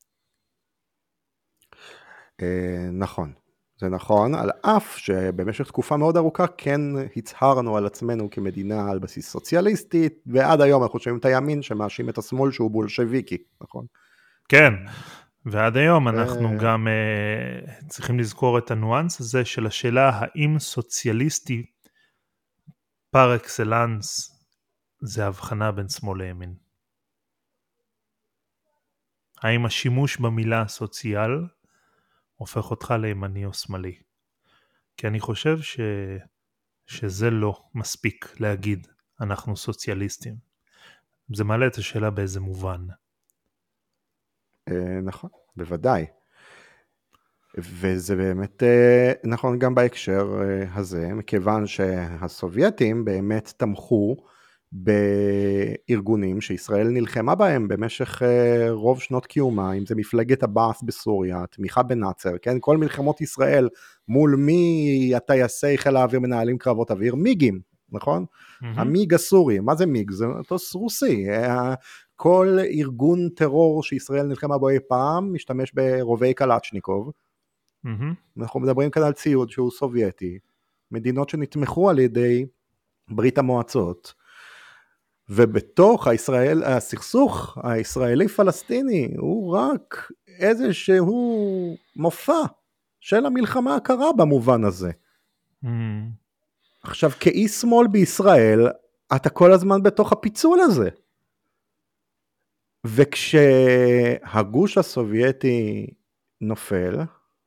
נכון. זה נכון, על אף שבמשך תקופה מאוד ארוכה כן הצהרנו על עצמנו כמדינה על בסיס סוציאליסטית, ועד היום אנחנו שומעים את הימין שמאשים את השמאל שהוא בולשביקי, נכון? כן, ועד היום אנחנו גם צריכים לזכור את הניואנס הזה של השאלה האם סוציאליסטי פר אקסלנס זה הבחנה בין שמאל לימין. האם השימוש במילה סוציאל הופך אותך לימני או שמאלי? כי אני חושב שזה לא מספיק להגיד אנחנו סוציאליסטים. זה מעלה את השאלה באיזה מובן. נכון, בוודאי. וזה באמת נכון גם בהקשר הזה, מכיוון שהסובייטים באמת תמכו בארגונים שישראל נלחמה בהם במשך רוב שנות קיומה, אם זה מפלגת הבאס בסוריה, תמיכה בנאצר, כן? כל מלחמות ישראל מול מי הטייסי חיל האוויר מנהלים קרבות אוויר? מיגים, נכון? המיג הסורי, מה זה מיג? זה מטוס רוסי. כל ארגון טרור שישראל נלחמה בו אי פעם משתמש ברובי קלצ'ניקוב. אנחנו מדברים כאן על ציוד שהוא סובייטי, מדינות שנתמכו על ידי ברית המועצות, ובתוך הסכסוך הישראלי-פלסטיני הוא רק איזשהו מופע של המלחמה הקרה במובן הזה. עכשיו, כאי שמאל בישראל, אתה כל הזמן בתוך הפיצול הזה. וכשהגוש הסובייטי נופל,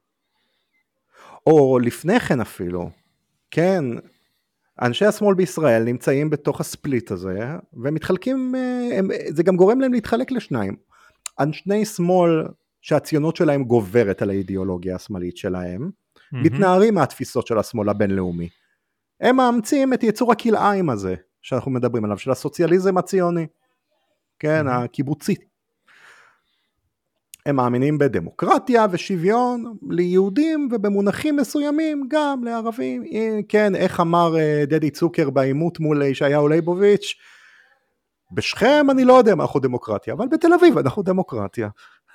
או לפני כן אפילו, כן, אנשי השמאל בישראל נמצאים בתוך הספליט הזה, ומתחלקים, זה גם גורם להם להתחלק לשניים. אנשי שמאל שהציונות שלהם גוברת על האידיאולוגיה השמאלית שלהם, מתנערים מהתפיסות של השמאל הבינלאומי. הם מאמצים את יצור הכלאיים הזה, שאנחנו מדברים עליו, של הסוציאליזם הציוני, כן, הקיבוצי. הם מאמינים בדמוקרטיה ושוויון ליהודים ובמונחים מסוימים גם לערבים. כן, איך אמר דדי צוקר בעימות מול ישעיהו ליבוביץ', בשכם אני לא יודע מה אנחנו דמוקרטיה, אבל בתל אביב אנחנו דמוקרטיה.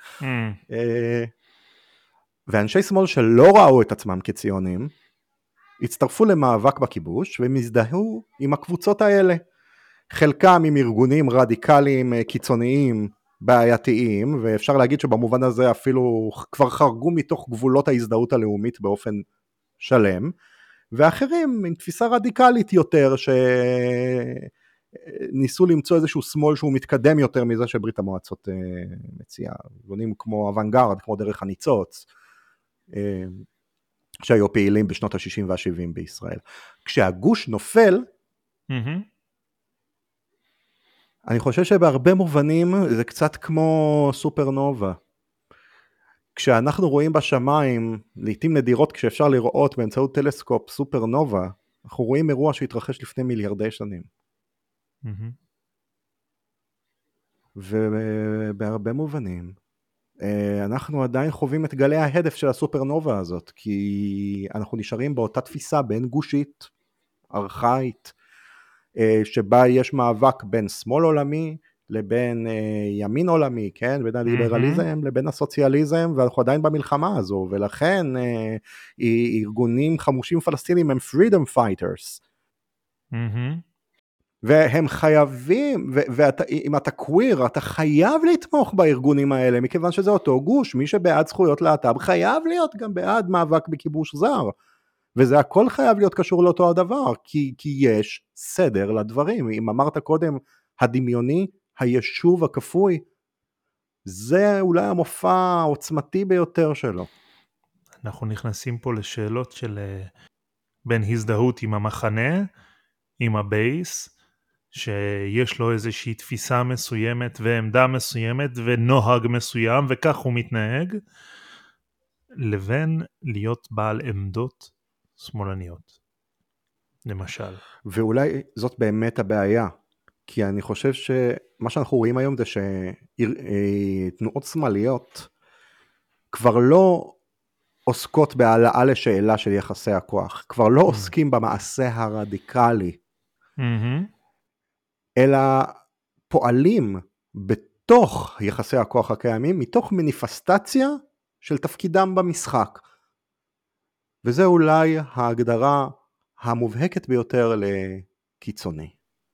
ואנשי שמאל שלא ראו את עצמם כציונים, הצטרפו למאבק בכיבוש והם הזדהו עם הקבוצות האלה. חלקם עם ארגונים רדיקליים קיצוניים בעייתיים, ואפשר להגיד שבמובן הזה אפילו כבר חרגו מתוך גבולות ההזדהות הלאומית באופן שלם, ואחרים עם תפיסה רדיקלית יותר, שניסו למצוא איזשהו שמאל שהוא מתקדם יותר מזה שברית המועצות מציעה, ארגונים כמו אוונגרד, כמו דרך הניצוץ, שהיו פעילים בשנות ה-60 וה-70 בישראל. כשהגוש נופל, אני חושב שבהרבה מובנים זה קצת כמו סופרנובה. כשאנחנו רואים בשמיים, לעתים נדירות כשאפשר לראות באמצעות טלסקופ סופרנובה, אנחנו רואים אירוע שהתרחש לפני מיליארדי שנים. ובהרבה מובנים, אנחנו עדיין חווים את גלי ההדף של הסופרנובה הזאת, כי אנחנו נשארים באותה תפיסה בין גושית, ארכאית, שבה יש מאבק בין שמאל עולמי לבין ימין עולמי, כן? בין הליברליזם לבין הסוציאליזם, ואנחנו עדיין במלחמה הזו, ולכן ארגונים חמושים פלסטינים הם freedom fighters. והם חייבים, ואם אתה קוויר, אתה חייב לתמוך בארגונים האלה, מכיוון שזה אותו גוש, מי שבעד זכויות להט"ב חייב להיות גם בעד מאבק בכיבוש זר. וזה הכל חייב להיות קשור לאותו הדבר, כי יש סדר לדברים. אם אמרת קודם, הדמיוני, היישוב הכפוי, זה אולי המופע העוצמתי ביותר שלו. אנחנו נכנסים פה לשאלות של בין הזדהות עם המחנה, עם הבייס, שיש לו איזושהי תפיסה מסוימת ועמדה מסוימת ונוהג מסוים וכך הוא מתנהג, לבין להיות בעל עמדות שמאלניות, למשל. ואולי זאת באמת הבעיה, כי אני חושב שמה שאנחנו רואים היום זה שתנועות שמאליות כבר לא עוסקות בהעלאה לשאלה של יחסי הכוח, כבר לא עוסקים במעשה הרדיקלי, אלא פועלים בתוך יחסי הכוח הקיימים, מתוך מניפסטציה של תפקידם במשחק. וזה אולי ההגדרה המובהקת ביותר לקיצוני.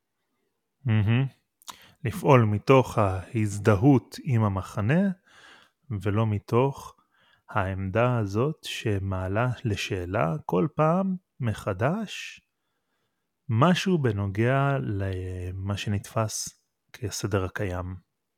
לפעול מתוך ההזדהות עם המחנה, ולא מתוך העמדה הזאת שמעלה לשאלה כל פעם מחדש, משהו בנוגע למה שנתפס כסדר הקיים.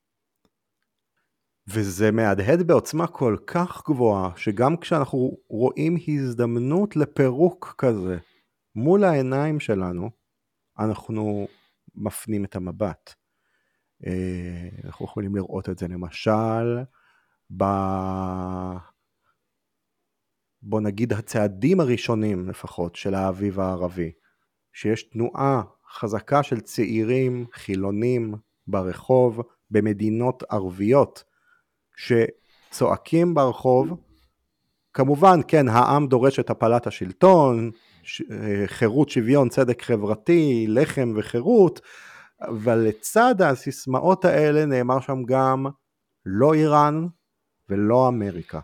וזה מהדהד בעוצמה כל כך גבוהה, שגם כשאנחנו רואים הזדמנות לפירוק כזה, מול העיניים שלנו, אנחנו מפנים את המבט. אנחנו יכולים לראות את זה למשל, בוא נגיד הצעדים הראשונים לפחות של האביב הערבי, שיש תנועה חזקה של צעירים חילונים ברחוב במדינות ערביות שצועקים ברחוב, כמובן כן העם דורש את הפלת השלטון, חירות שוויון צדק חברתי לחם וחירות, אבל לצד הסיסמאות האלה נאמר שם גם לא איראן ולא אמריקה.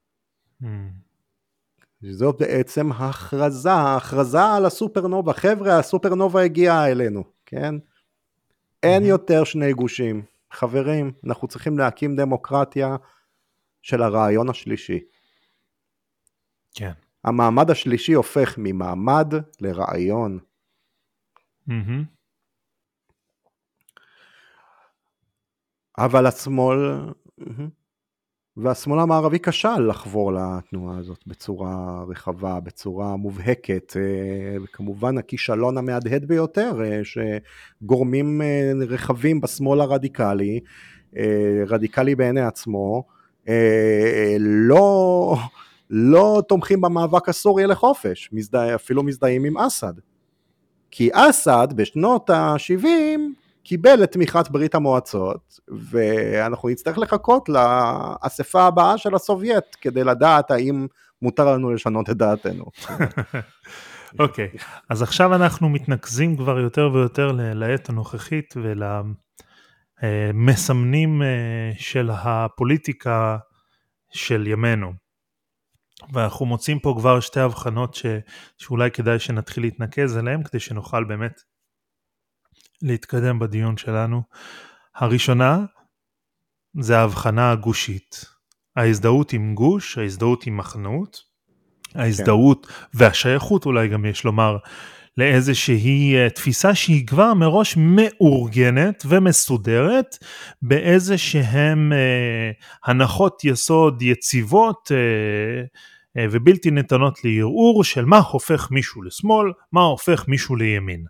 זאת בעצם ההכרזה על הסופרנובה. חבר'ה, הסופרנובה הגיעה אלינו, כן? אין יותר שני גושים. חברים, אנחנו צריכים להקים דמוקרטיה של הרעיון השלישי. כן. המעמד השלישי הופך ממעמד לרעיון. אבל והשמאל המערבי כשל לחבור לתנועה הזאת בצורה רחבה, בצורה מובהקת, וכמובן הכישלון המהדהד ביותר, שגורמים רחבים בשמאל הרדיקלי, רדיקלי בעיני עצמו, לא תומכים במאבק הסורי לחופש, אפילו מזדהים עם אסד. כי אסד בשנות ה-70 קיבל את תמיכת ברית המועצות, ואנחנו נצטרך לחכות לאספה הבאה של הסובייט, כדי לדעת האם מותר לנו לשנות את דעתנו. אוקיי, אז עכשיו אנחנו מתנקזים כבר יותר ויותר לעת הנוכחית, ולמסמנים של הפוליטיקה של ימינו. ואנחנו מוצאים פה כבר שתי הבחנות שאולי כדאי שנתחיל להתנקז עליהן, כדי שנוכל באמת להתקדם בדיון שלנו. הראשונה זה ההבחנה הגושית. ההזדהות עם גוש, ההזדהות עם מחנות, ההזדהות והשייכות אולי גם יש לומר, לאיזושהי תפיסה שהיא כבר מראש מאורגנת ומסודרת, באיזה שהן הנחות יסוד יציבות ובלתי ניתנות לערעור, של מה הופך מישהו לשמאל, מה הופך מישהו לימין.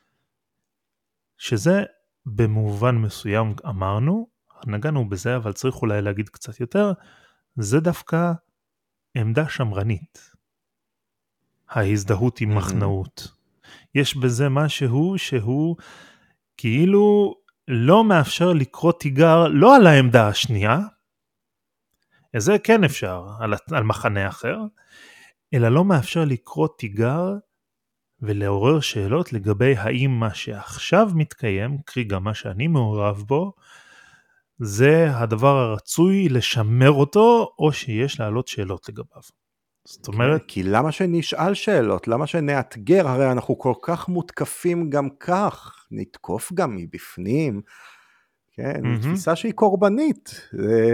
שזה במובן מסוים אמרנו, נגענו בזה, אבל צריך אולי להגיד קצת יותר, זה דווקא עמדה שמרנית. ההזדהות עם מחנאות. יש בזה משהו שהוא כאילו לא מאפשר לקרוא תיגר לא על העמדה השנייה, זה כן אפשר על מחנה אחר, אלא לא מאפשר לקרוא תיגר ולעורר שאלות לגבי האם מה שעכשיו מתקיים, קרי גם מה שאני מעורב בו, זה הדבר הרצוי לשמר אותו, או שיש לעלות שאלות לגביו. זאת אומרת... כי למה שנשאל שאלות? למה שנאתגר? הרי אנחנו כל כך מותקפים גם כך, נתקוף גם מבפנים, כן, תפיסה שהיא קורבנית,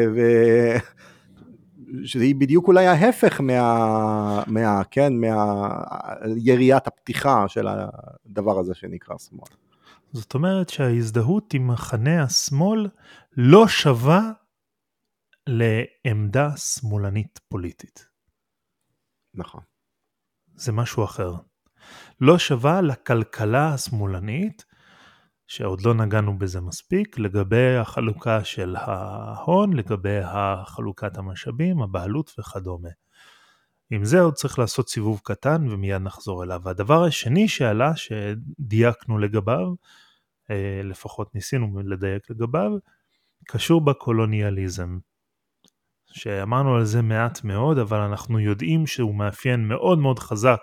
שהיא בדיוק אולי ההפך מהיריית הפתיחה של הדבר הזה שנקרא שמאל. זאת אומרת שההזדהות עם מחנה השמאל לא שווה לעמדה שמאלנית פוליטית. נכון. זה משהו אחר. לא שווה לכלכלה השמאלנית, שעוד לא נגענו בזה מספיק, לגבי החלוקה של ההון, לגבי החלוקת המשאבים, הבעלות וכדומה. עם זה עוד צריך לעשות סיבוב קטן ומיד נחזור אליו. והדבר השני שעלה, שדייקנו לגביו, לפחות ניסינו לדייק לגביו, קשור בקולוניאליזם. שאמרנו על זה מעט מאוד, אבל אנחנו יודעים שהוא מאפיין מאוד מאוד חזק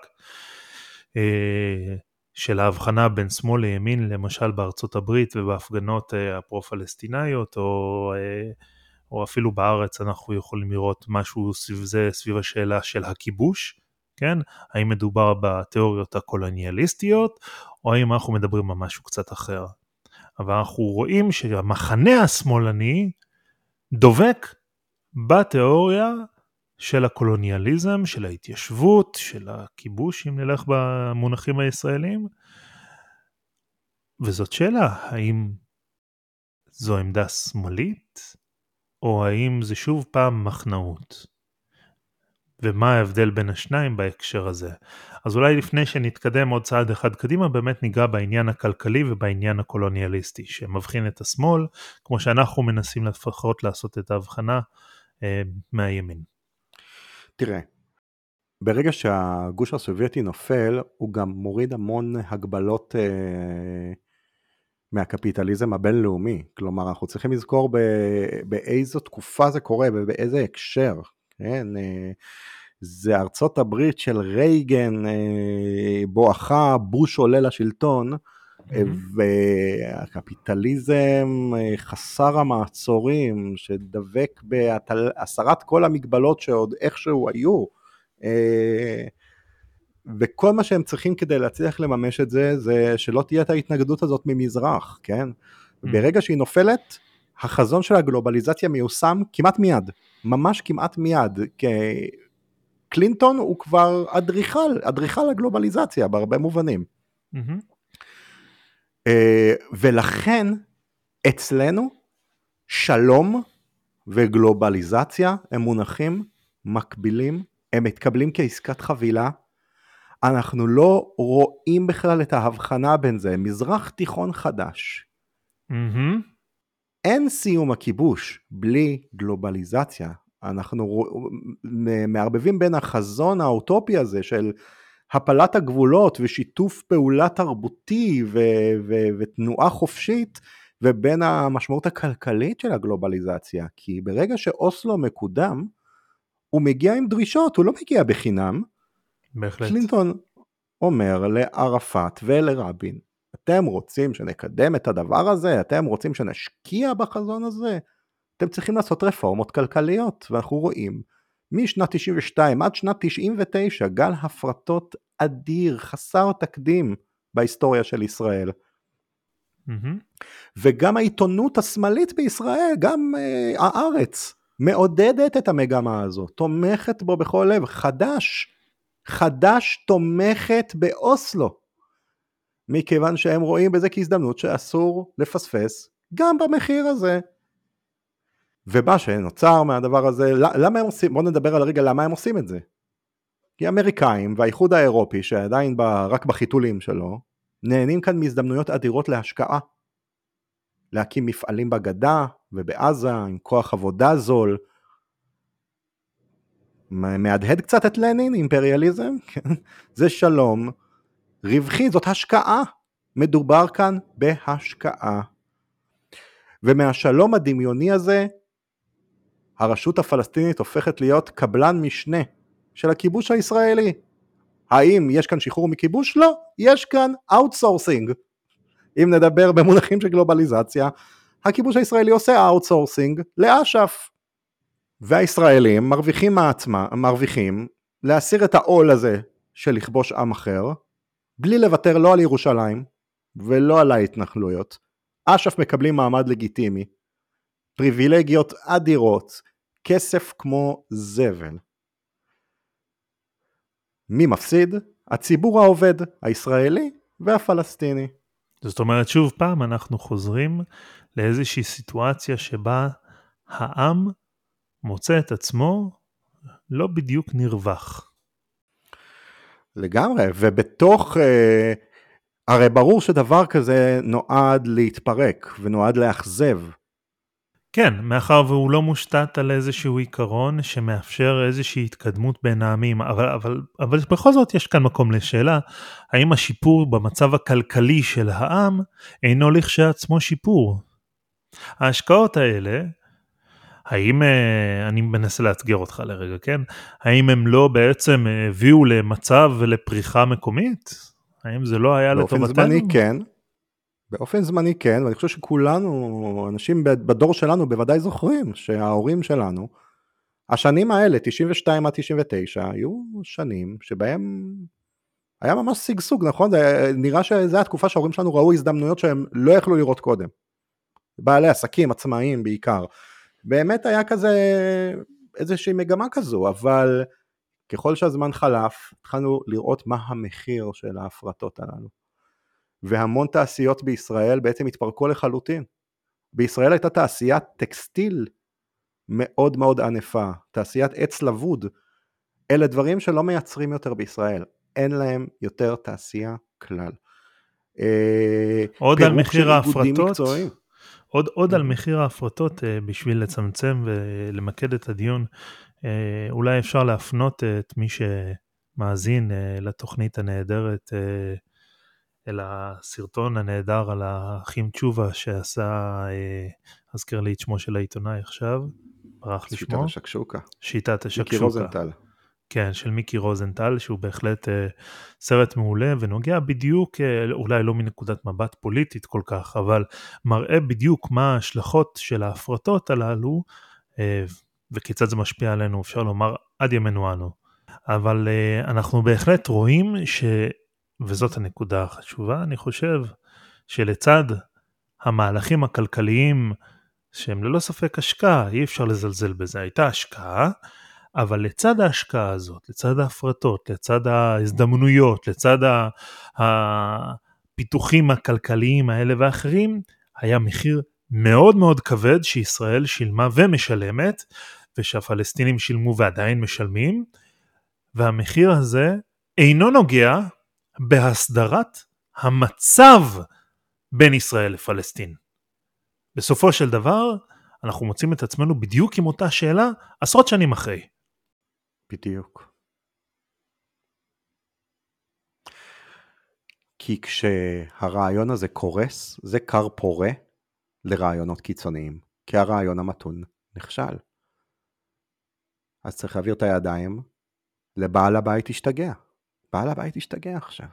של ההבחנה בין שמאל לימין, למשל בארצות הברית ובהפגנות הפרו-פלסטינאיות, או אפילו בארץ אנחנו יכולים לראות משהו סביב זה, סביב השאלה של הכיבוש, כן? האם מדובר בתיאוריות הקולוניאליסטיות, או האם אנחנו מדברים על משהו קצת אחר. אבל אנחנו רואים שהמחנה השמאלני דובק בתיאוריה של הקולוניאליזם, של ההתיישבות, של הכיבוש, אם נלך במונחים הישראלים. וזאת שאלה, האם זו עמדה שמאלית, או האם זה שוב פעם מחנאות? ומה ההבדל בין השניים בהקשר הזה? אז אולי לפני שנתקדם עוד צעד אחד קדימה, באמת ניגע בעניין הכלכלי ובעניין הקולוניאליסטי, שמבחין את השמאל, כמו שאנחנו מנסים לפחות לעשות את ההבחנה מהימין. תראה, ברגע שהגוש הסובייטי נופל, הוא גם מוריד המון הגבלות מהקפיטליזם הבינלאומי. כלומר, אנחנו צריכים לזכור באיזו תקופה זה קורה, ובאיזה הקשר. כן? זה ארצות הברית של רייגן, בואכה בוש עולה לשלטון, והקפיטליזם חסר המעצורים, שדבק בהסרת כל המגבלות שעוד איכשהו היו, וכל מה שהם צריכים כדי להצליח לממש את זה, זה שלא תהיה את ההתנגדות הזאת ממזרח, כן? ברגע שהיא נופלת, החזון של הגלובליזציה מיושם כמעט מיד, ממש כמעט מיד, כי קלינטון הוא כבר אדריכל הגלובליזציה בהרבה מובנים. ולכן אצלנו שלום וגלובליזציה הם מונחים מקבילים, הם מתקבלים כעסקת חבילה, אנחנו לא רואים בכלל את ההבחנה בין זה, מזרח תיכון חדש. אין סיום הכיבוש בלי גלובליזציה, אנחנו מערבבים בין החזון האוטופי הזה של הפלת הגבולות ושיתוף פעולה תרבותי ותנועה חופשית, ובין המשמעות הכלכלית של הגלובליזציה, כי ברגע שאוסלו מקודם, הוא מגיע עם דרישות, הוא לא מגיע בחינם. בהחלט. קלינטון אומר לערפאת ולרבין, אתם רוצים שנקדם את הדבר הזה, אתם רוצים שנשקיע בחזון הזה, אתם צריכים לעשות רפורמות כלכליות, ואנחנו רואים, משנת 92 עד שנת 99, גל הפרטות אדיר, חסר תקדים בהיסטוריה של ישראל. וגם העיתונות השמאלית בישראל, גם הארץ, מעודדת את המגמה הזו, תומכת בו בכל לב, חדש תומכת באוסלו, מכיוון שהם רואים בזה כהזדמנות שאסור לפספס, גם במחיר הזה. ומה שנוצר מהדבר הזה, למה הם עושים, בואו נדבר על הרגע למה הם עושים את זה. כי האמריקאים והאיחוד האירופי, שעדיין רק בחיתולים שלו, נהנים כאן מהזדמנויות אדירות להשקעה, להקים מפעלים בגדה ובעזה, עם כוח עבודה זול, מהדהד קצת את לנין, אימפריאליזם, זה שלום, רווחי, זאת השקעה, מדובר כאן בהשקעה, ומהשלום הדמיוני הזה, הרשות הפלסטינית הופכת להיות קבלן משנה של הכיבוש הישראלי. האם יש כאן שחרור מכיבוש? לא, יש כאן אאוטסורסינג. אם נדבר במונחים של גלובליזציה, הכיבוש הישראלי עושה אאוטסורסינג לאש"ף. והישראלים מרוויחים להסיר את העול הזה של לכבוש עם אחר, בלי לוותר לא על ירושלים ולא על ההתנחלויות. אש"ף מקבלים מעמד לגיטימי, פריבילגיות אדירות, כסף כמו זבל. מי מפסיד? הציבור העובד, הישראלי והפלסטיני. זאת אומרת, שוב פעם אנחנו חוזרים לאיזושהי סיטואציה שבה העם מוצא את עצמו לא בדיוק נרווח. לגמרי, ובתוך, הרי ברור שדבר כזה נועד להתפרק ונועד לאכזב. כן, מאחר והוא לא מושתת על איזשהו עיקרון שמאפשר איזושהי התקדמות בין העמים, אבל בכל זאת יש כאן מקום לשאלה, האם השיפור במצב הכלכלי של העם אינו לכשעצמו שיפור? ההשקעות האלה, האם, אני מנסה לאתגר אותך לרגע, כן? האם הם לא בעצם הביאו למצב ולפריחה מקומית? האם זה לא היה לטובתנו? באופן זמני כן. באופן זמני כן, ואני חושב שכולנו, אנשים בדור שלנו בוודאי זוכרים שההורים שלנו, השנים האלה, 92 עד 99, היו שנים שבהם היה ממש סגסוג, נכון? נראה שזו התקופה שההורים שלנו ראו הזדמנויות שהם לא יכלו לראות קודם. בעלי עסקים, עצמאיים בעיקר. באמת היה כזה, איזושהי מגמה כזו, אבל ככל שהזמן חלף, התחלנו לראות מה המחיר של ההפרטות הללו. והמון תעשיות בישראל בעצם התפרקו לחלוטין. בישראל הייתה תעשיית טקסטיל מאוד מאוד ענפה, תעשיית עץ לבוד, אלה דברים שלא מייצרים יותר בישראל, אין להם יותר תעשייה כלל. עוד על מחיר ההפרטות, עוד על מחיר ההפרטות, בשביל לצמצם ולמקד את הדיון, אולי אפשר להפנות את מי שמאזין לתוכנית הנהדרת, אל הסרטון הנהדר על האחים תשובה שעשה, אזכר לי את שמו של העיתונאי עכשיו, ברח לי שמו. שיטת השקשוקה. שיטת השקשוקה. מיקי רוזנטל. כן, של מיקי רוזנטל, שהוא בהחלט סרט מעולה, ונוגע בדיוק, אולי לא מנקודת מבט פוליטית כל כך, אבל מראה בדיוק מה ההשלכות של ההפרטות הללו, וכיצד זה משפיע עלינו, אפשר לומר, עד ימינו אנו. אבל אנחנו בהחלט רואים וזאת הנקודה החשובה, אני חושב, שלצד המהלכים הכלכליים, שהם ללא ספק השקעה, אי אפשר לזלזל בזה, הייתה השקעה, אבל לצד ההשקעה הזאת, לצד ההפרטות, לצד ההזדמנויות, לצד הפיתוחים הכלכליים האלה ואחרים, היה מחיר מאוד מאוד כבד שישראל שילמה ומשלמת, ושהפלסטינים שילמו ועדיין משלמים, והמחיר הזה אינו נוגע בהסדרת המצב בין ישראל לפלסטין. בסופו של דבר, אנחנו מוצאים את עצמנו בדיוק עם אותה שאלה, עשרות שנים אחרי. בדיוק. כי כשהרעיון הזה קורס, זה קר פורה לרעיונות קיצוניים, כי הרעיון המתון נכשל. אז צריך להעביר את הידיים לבעל הבית השתגע. בעל הבית השתגע עכשיו.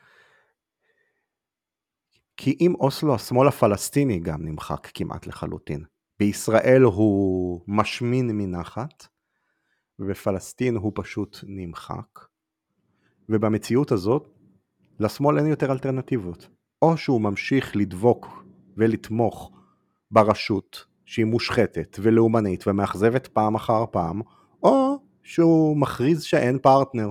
כי אם אוסלו, השמאל הפלסטיני גם נמחק כמעט לחלוטין. בישראל הוא משמין מנחת, ובפלסטין הוא פשוט נמחק. ובמציאות הזאת, לשמאל אין יותר אלטרנטיבות. או שהוא ממשיך לדבוק ולתמוך ברשות שהיא מושחתת ולאומנית ומאכזבת פעם אחר פעם, או שהוא מכריז שאין פרטנר.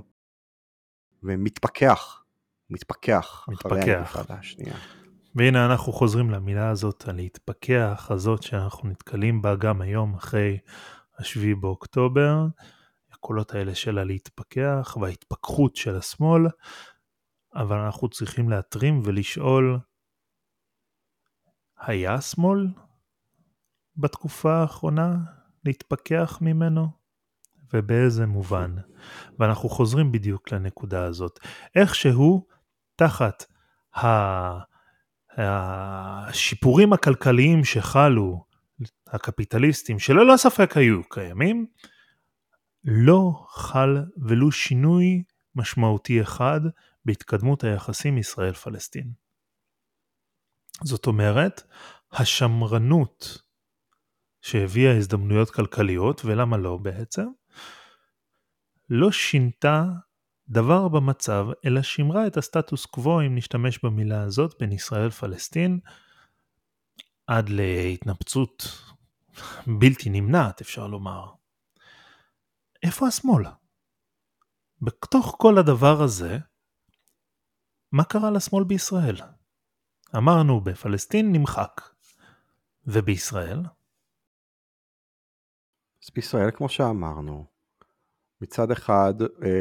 ומתפכח אחרי האינתיפאדה השנייה. והנה אנחנו חוזרים למילה הזאת, להתפכח, הזאת שאנחנו נתקלים בה גם היום אחרי 7 באוקטובר, הקולות האלה שלה להתפכח וההתפכחות של השמאל, אבל אנחנו צריכים להתרים ולשאול, היה השמאל בתקופה האחרונה להתפכח ממנו? ובאיזה מובן? ואנחנו חוזרים בדיוק לנקודה הזאת. איכשהו תחת השיפורים הכלכליים שחלו, הקפיטליסטים, שללא ספק היו קיימים, לא חל ולו שינוי משמעותי אחד בהתקדמות היחסים ישראל-פלסטין. זאת אומרת, השמרנות שהביאה הזדמנויות כלכליות, ולמה לא בעצם, לא שינתה דבר במצב, אלא שימרה את הסטטוס קוו, אם נשתמש במילה הזאת, בין ישראל-פלסטין, עד להתנפצות בלתי נמנעת, אפשר לומר. איפה השמאל? בתוך כל הדבר הזה, מה קרה לשמאל בישראל? אמרנו, בפלסטין נמחק, ובישראל? אז בישראל, כמו שאמרנו, מצד אחד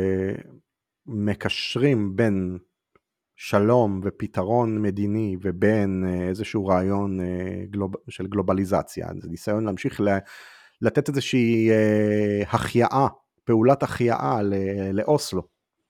מקשרים בין שלום ופתרון מדיני ובין איזשהו רעיון של גלובליזציה. זה ניסיון להמשיך לתת איזושהי החייאה, פעולת החייאה לאוסלו.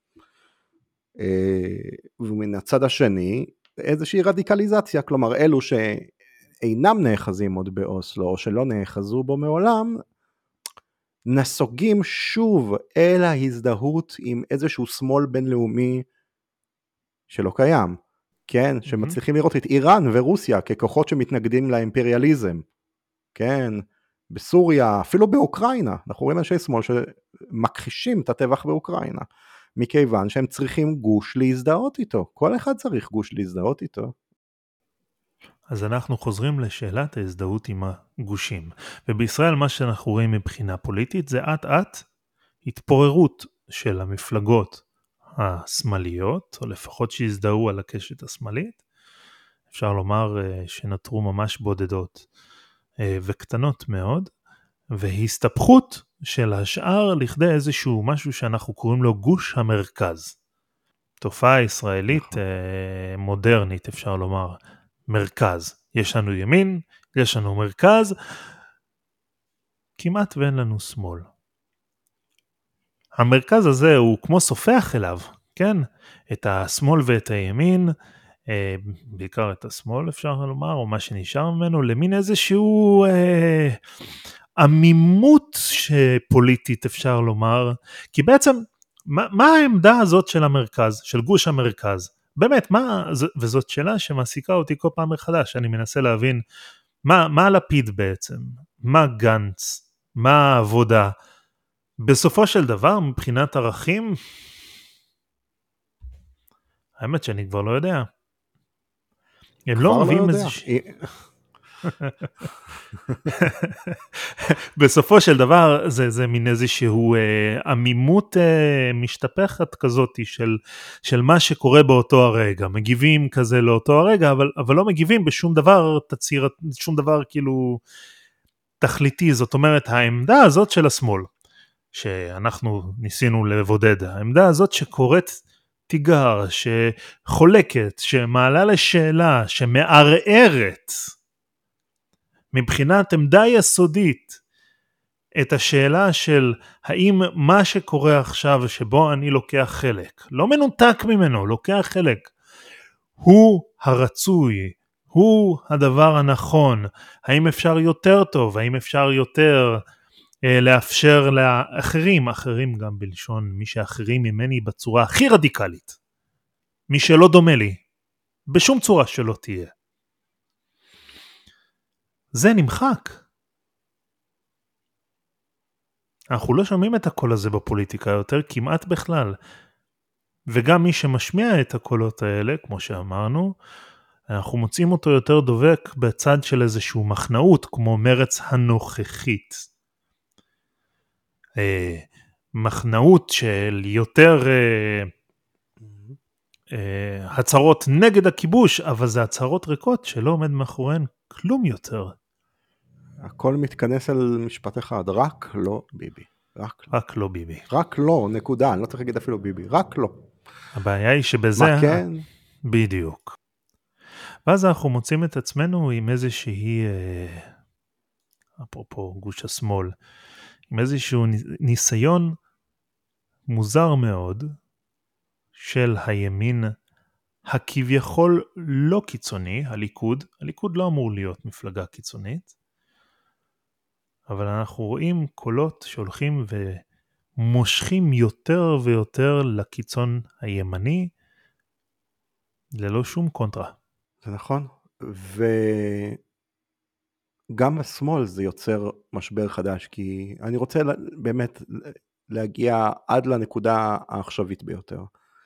ומן הצד השני, איזושהי רדיקליזציה, כלומר אלו שאינם נאחזים עוד באוסלו, או שלא נאחזו בו מעולם, נסוגים שוב אל ההזדהות עם איזשהו שמאל בינלאומי שלא קיים, כן, שמצליחים לראות את איראן ורוסיה ככוחות שמתנגדים לאימפריאליזם, כן, בסוריה, אפילו באוקראינה, אנחנו רואים אנשי שמאל שמכחישים את הטבח באוקראינה, מכיוון שהם צריכים גוש להזדהות איתו, כל אחד צריך גוש להזדהות איתו. אז אנחנו חוזרים לשאלת ההזדהות עם הגושים, ובישראל מה שאנחנו רואים מבחינה פוליטית זה עט התפוררות של המפלגות השמאליות, או לפחות שהזדהו על הקשת השמאלית, אפשר לומר שנותרו ממש בודדות וקטנות מאוד, והסתפחות של השאר לכדי איזשהו משהו שאנחנו קוראים לו גוש המרכז. תופעה ישראלית מודרנית אפשר לומר, מרכז, יש לנו ימין, יש לנו מרכז, כמעט ואין לנו שמאל. המרכז הזה הוא כמו סופח אליו, כן? את השמאל ואת הימין, בעיקר את השמאל אפשר לומר, או מה שנשאר ממנו, למין איזשהו עמימות פוליטית אפשר לומר, כי בעצם, מה העמדה הזאת של המרכז, של גוש המרכז? באמת, וזאת שאלה שמעסיקה אותי כל פעם מחדש, אני מנסה להבין, מה לפיד בעצם? מה גנץ? מה העבודה? בסופו של דבר, מבחינת ערכים, האמת שאני כבר לא יודע. הם לא מביאים בסופו של דבר זה מין איזשהו עמימות משתפכת כזאת של מה שקורה באותו הרגע, מגיבים כזה לאותו הרגע, אבל לא מגיבים בשום דבר שום דבר כאילו תכליתי. זאת אומרת, העמדה הזאת של השמאל שאנחנו ניסינו לבודד, העמדה הזאת שקוראת תיגר, שחולקת, שמעלה לשאלה, שמערערת מבחינת עמדה יסודית את השאלה של האם מה שקורה עכשיו שבו אני לוקח חלק, לא מנותק ממנו, לוקח חלק, הוא הרצוי, הוא הדבר הנכון, האם אפשר יותר טוב, האם אפשר יותר לאפשר לאחרים, אחרים גם בלשון מי שאחרים ממני בצורה הכי רדיקלית, מי שלא דומה לי, בשום צורה שלא תהיה. זה נמחק. אנחנו לא שומעים את הקול הזה בפוליטיקה יותר כמעט בכלל. וגם מי שמשמיע את הקולות האלה, כמו שאמרנו, אנחנו מוצאים אותו יותר דובק בצד של איזשהו מחנאות, כמו מרץ הנוכחית. מחנאות של יותר הצהרות נגד הכיבוש, אבל זה הצהרות ריקות שלא עומד מאחוריהן כלום יותר. הכל מתכנס על משפט אחד, רק לא ביבי. רק לא ביבי. רק לא, נקודה, אני לא צריך להגיד אפילו ביבי, רק לא. הבעיה היא שבזה... מה כן? בדיוק. ואז אנחנו מוצאים את עצמנו עם איזושהי, אפרופו גוש השמאל, עם איזשהו ניסיון מוזר מאוד של הימין הכביכול לא קיצוני, הליכוד. הליכוד לא אמור להיות מפלגה קיצונית, אבל אנחנו רואים קולות שהולכים ומושכים יותר ויותר לקיצון הימני, ללא שום קונטרה. זה נכון, וגם השמאל זה יוצר משבר חדש, כי אני רוצה באמת להגיע עד לנקודה העכשווית ביותר.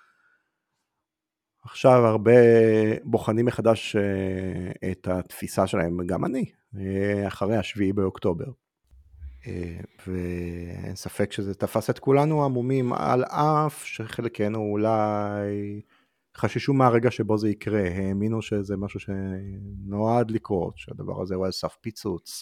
עכשיו הרבה בוחנים מחדש את התפיסה שלהם, גם אני, אחרי 7 באוקטובר. ואין ספק שזה תפס את כולנו עמומים, על אף שחלקנו אולי חששו מהרגע שבו זה יקרה, האמינו שזה משהו שנועד לקרות, שהדבר הזה הוא על סף פיצוץ.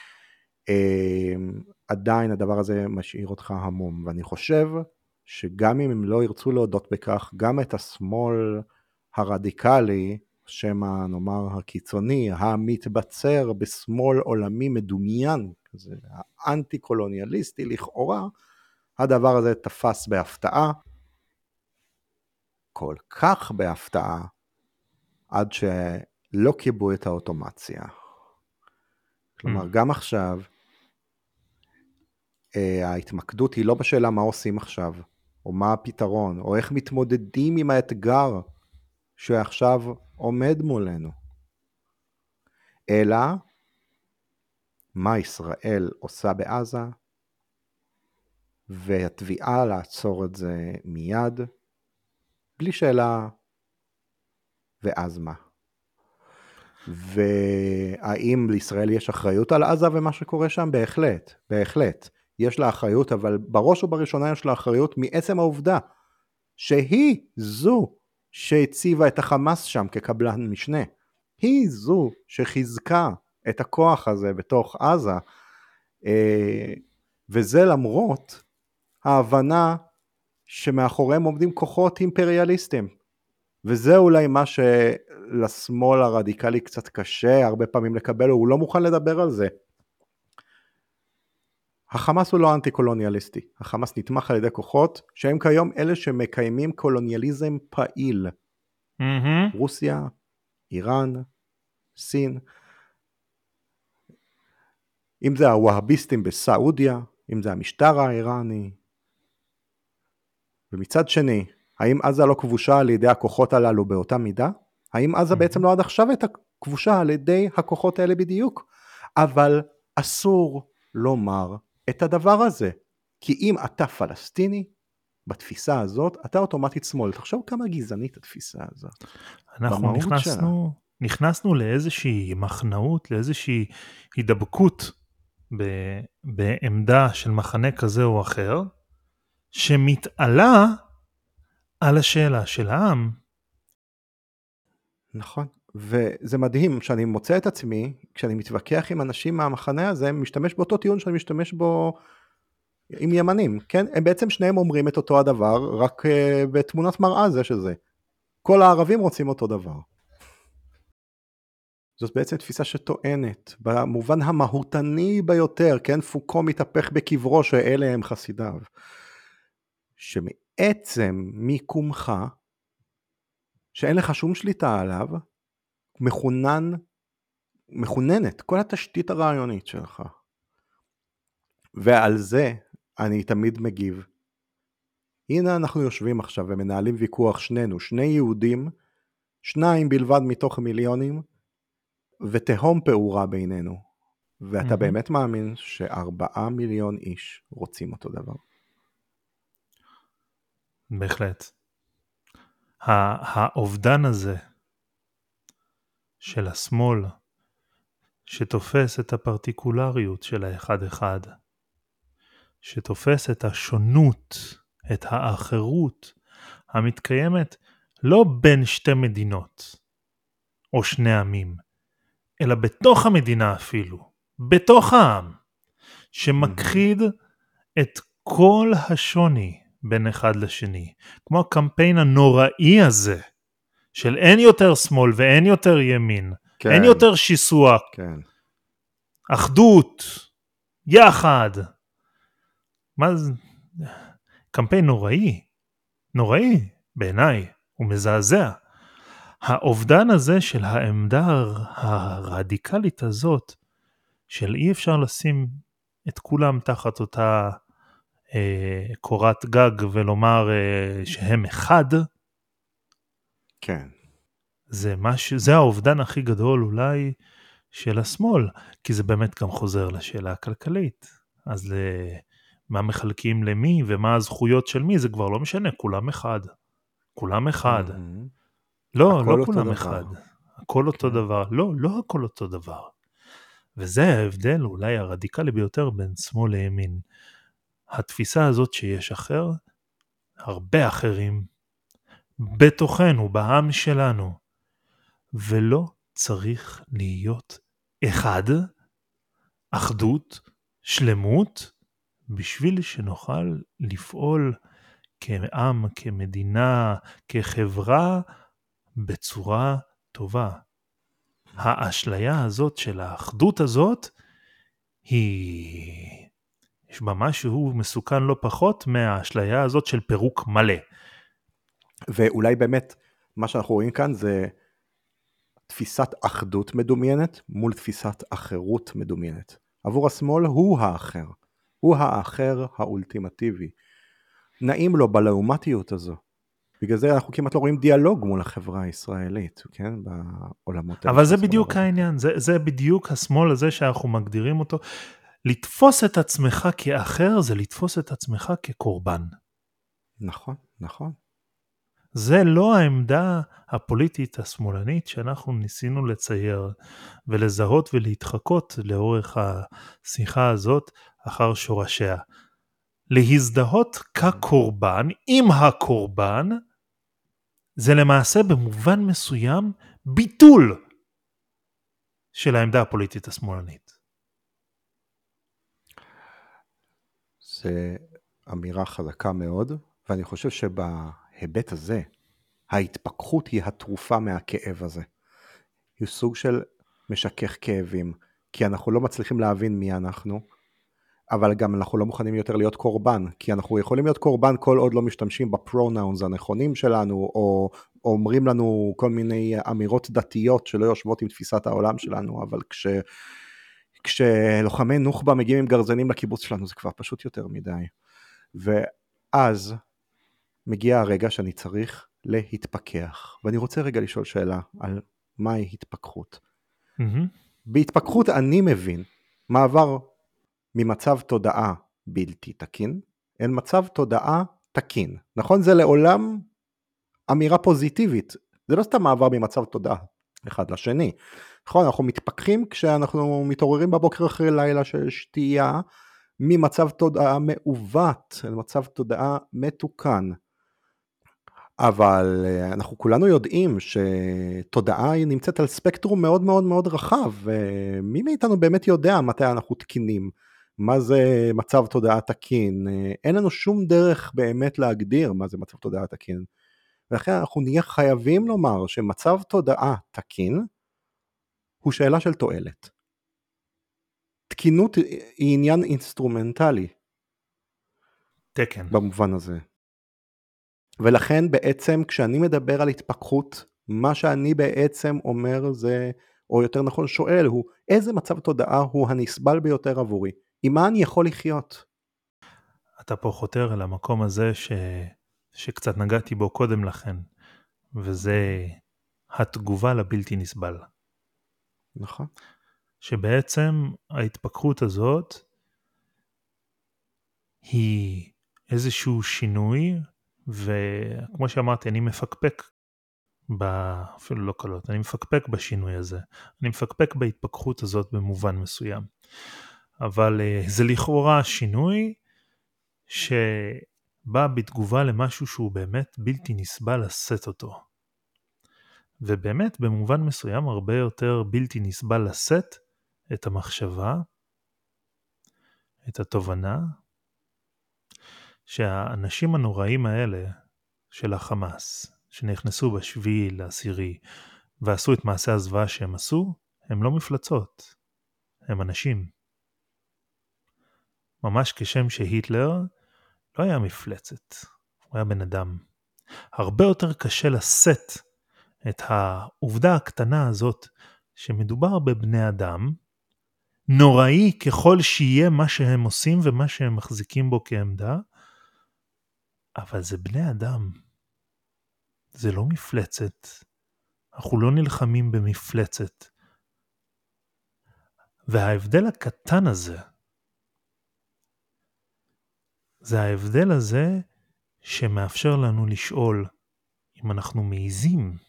עדיין הדבר הזה משאיר אותך המום, ואני חושב שגם אם הם לא ירצו להודות בכך, גם את השמאל הרדיקלי, שמה נאמר הקיצוני, המתבצר בשמאל עולמי מדומיין, זה האנטי-קולוניאליסטי לכאורה, הדבר הזה תפס בהפתעה, כל כך בהפתעה, עד שלא קיבלו את האוטומציה. כלומר, גם עכשיו, ההתמקדות היא לא בשאלה מה עושים עכשיו, או מה הפתרון, או איך מתמודדים עם האתגר שעכשיו עומד מולנו, אלא מה ישראל עושה בעזה, והתביעה לעצור את זה מיד, בלי שאלה, ואז מה? והאם לישראל יש אחריות על עזה ומה שקורה שם? בהחלט, בהחלט. יש לה אחריות, אבל בראש ובראשונה יש לה אחריות מעצם העובדה, שהיא זו שהציבה את החמאס שם כקבלן משנה. היא זו שחיזקה את הכוח הזה בתוך עזה, וזה למרות ההבנה שמאחוריהם עומדים כוחות אימפריאליסטים. וזה אולי מה לשמאל הרדיקלי קצת קשה, הרבה פעמים לקבל, הוא לא מוכן לדבר על זה. החמאס הוא לא אנטי-קולוניאליסטי, החמאס נתמך על ידי כוחות, שהם כיום אלה שמקיימים קולוניאליזם פעיל. רוסיה, איראן, סין, אם זה הווהביסטים בסעודיה, אם זה המשטר האיראני. ומצד שני, האם עזה לא כבושה על ידי הכוחות הללו באותה מידה? האם עזה בעצם לא עד עכשיו הייתה כבושה על ידי הכוחות האלה בדיוק? אבל אסור לומר את הדבר הזה, כי אם אתה פלסטיני, בתפיסה הזאת, אתה אוטומטית שמאל. תחשוב כמה גזענית התפיסה הזאת. אנחנו נכנסנו לאיזושהי מחנאות, לאיזושהי הידבקות בעמדה של מחנה כזה או אחר, שמתעלה על השאלה של העם. נכון, וזה מדהים שאני מוצא את עצמי, כשאני מתווכח עם אנשים מהמחנה הזה, משתמש באותו טיעון שאני משתמש בו עם ימנים, כן? הם בעצם שניהם אומרים את אותו הדבר, רק בתמונת מראה זה שזה. כל הערבים רוצים אותו דבר. זאת בעצם תפיסה שטוענת, במובן המהותני ביותר, כן? פוקו מתהפך בקברו שאלה הם חסידיו. שמעצם מיקומך, שאין לך שום שליטה עליו, מכוננת כל התשתית הרעיונית שלך. ועל זה אני תמיד מגיב. הנה אנחנו יושבים עכשיו ומנהלים ויכוח שנינו, שני יהודים, 2 בלבד מתוך מיליונים, ותהום פעורה בינינו. ואתה באמת מאמין ש4 מיליון איש רוצים אותו דבר? בהחלט. האובדן הזה של השמאל, שתופס את הפרטיקולריות של האחד-אחד, שתופס את השונות, את האחרות, המתקיימת לא בין שתי מדינות, או שני עמים, אלא בתוך המדינה אפילו, בתוך העם, שמכחיד את כל השוני בין אחד לשני, כמו הקמפיין הנוראי הזה, של אין יותר שמאל ואין יותר ימין, כן. אין יותר שיסוע, כן. אחדות, יחד. מה זה? קמפיין נוראי בעיניי, הוא מזעזע. האובדן הזה של העמדה הרדיקלית הזאת, של אי אפשר לשים את כולם תחת אותה קורת גג ולומר שהם אחד, כן. זה האובדן הכי גדול אולי של השמאל, כי זה באמת גם חוזר לשאלה הכלכלית. אז מה מחלקים למי ומה הזכויות של מי, זה כבר לא משנה, כולם אחד. כולם אחד. לא כולם אחד. הכל אותו דבר. לא הכל אותו דבר. וזה ההבדל אולי הרדיקלי ביותר בין שמאל לימין. התפיסה הזאת שיש אחר, הרבה אחרים, בתוכנו, בעם שלנו, ולא צריך להיות אחד, אחדות, שלמות, בשביל שנוכל לפעול כעם, כמדינה, כחברה, בצורה טובה. האשליה הזאת של האחדות הזאת, יש בה משהו מסוכן לא פחות מהאשליה הזאת של פירוק מלא. ואולי באמת מה שאנחנו רואים כאן זה תפיסת אחדות מדומיינת מול תפיסת אחרות מדומיינת. עבור השמאל הוא האחר, הוא האחר האולטימטיבי. נעים לו בלעומתיות הזו. בגלל זה אנחנו כמעט לא רואים דיאלוג מול החברה הישראלית, כן? בעולמות האלה. אבל זה בדיוק העניין, זה בדיוק השמאל הזה שאנחנו מגדירים אותו. לתפוס את עצמך כאחר זה לתפוס את עצמך כקורבן. נכון, נכון. זה לא העמדה הפוליטית השמאלנית שאנחנו ניסינו לצייר ולזהות ולהתחקות לאורך השיחה הזאת אחר שורשיה. להזדהות כקורבן עם הקורבן זה למעשה במובן מסוים ביטול של העמדה הפוליטית השמאלנית. זה אמירה חזקה מאוד, ואני חושב שבהיבט הזה, ההתפכחות היא התרופה מהכאב הזה. היא סוג של משכך כאבים, כי אנחנו לא מצליחים להבין מי אנחנו, אבל גם אנחנו לא מוכנים יותר להיות קורבן, כי אנחנו יכולים להיות קורבן כל עוד לא משתמשים בפרונאונס הנכונים שלנו, או אומרים לנו כל מיני אמירות דתיות שלא יושבות עם תפיסת העולם שלנו, אבל כשלוחמי נוח'בה מגיעים עם גרזנים לקיבוץ שלנו, זה כבר פשוט יותר מדי. ואז מגיע הרגע שאני צריך להתפכח, ואני רוצה רגע לשאול שאלה על מהי התפכחות. בהתפכחות אני מבין מעבר ממצב תודעה בלתי תקין, אין מצב תודעה תקין. נכון? זה לעולם אמירה פוזיטיבית. זה לא סתם מעבר ממצב תודעה אחד לשני. נכון? אנחנו מתפכחים כשאנחנו מתעוררים בבוקר אחרי לילה של שתייה, ממצב תודעה מעוות למצב תודעה מתוקן. אבל אנחנו כולנו יודעים שתודעה היא נמצאת על ספקטרום מאוד מאוד מאוד רחב, ומי מאיתנו באמת יודע מתי אנחנו תקינים, מה זה מצב תודעה תקין, אין לנו שום דרך באמת להגדיר מה זה מצב תודעה תקין, ולכן אנחנו נהיה חייבים לומר שמצב תודעה תקין, הוא שאלה של תועלת. תקינות היא עניין אינסטרומנטלי. תקן. במובן הזה. ולכן בעצם כשאני מדבר על התפכחות, מה שאני בעצם אומר זה, או יותר נכון שואל, הוא איזה מצב תודעה הוא הנסבל ביותר עבורי? עם מה אני יכול לחיות? אתה פה חותר אל המקום הזה שקצת נגעתי בו קודם לכן, וזה התגובה לבלתי נסבל. נכון. שבעצם ההתפכחות הזאת היא איזשהו שינוי, וכמו שאמרתי, אני מפקפק, אפילו לא קלות, אני מפקפק בשינוי הזה, אני מפקפק בהתפכחות הזאת במובן מסוים, אבל זה לכאורה שינוי שבא בתגובה למשהו שהוא באמת בלתי נסבל לשאת אותו, ובאמת במובן מסוים הרבה יותר בלתי נסבל לשאת את המחשבה, את התובנה, שהאנשים הנוראים האלה של החמאס, שנכנסו בשביעי לעשירי, ועשו את מעשה הזוועה שהם עשו, הם לא מפלצות, הם אנשים. ממש כשם שהיטלר לא היה מפלצת, הוא היה בן אדם. הרבה יותר קשה לשאת את העובדה הקטנה הזאת, שמדובר בבני אדם, נוראי ככל שיהיה מה שהם עושים ומה שהם מחזיקים בו כעמדה, אבל זה בני אדם. זה לא מפלצת. אנחנו לא נלחמים במפלצת. וההבדל הקטן הזה, זה ההבדל הזה שמאפשר לנו לשאול, אם אנחנו מעיזים,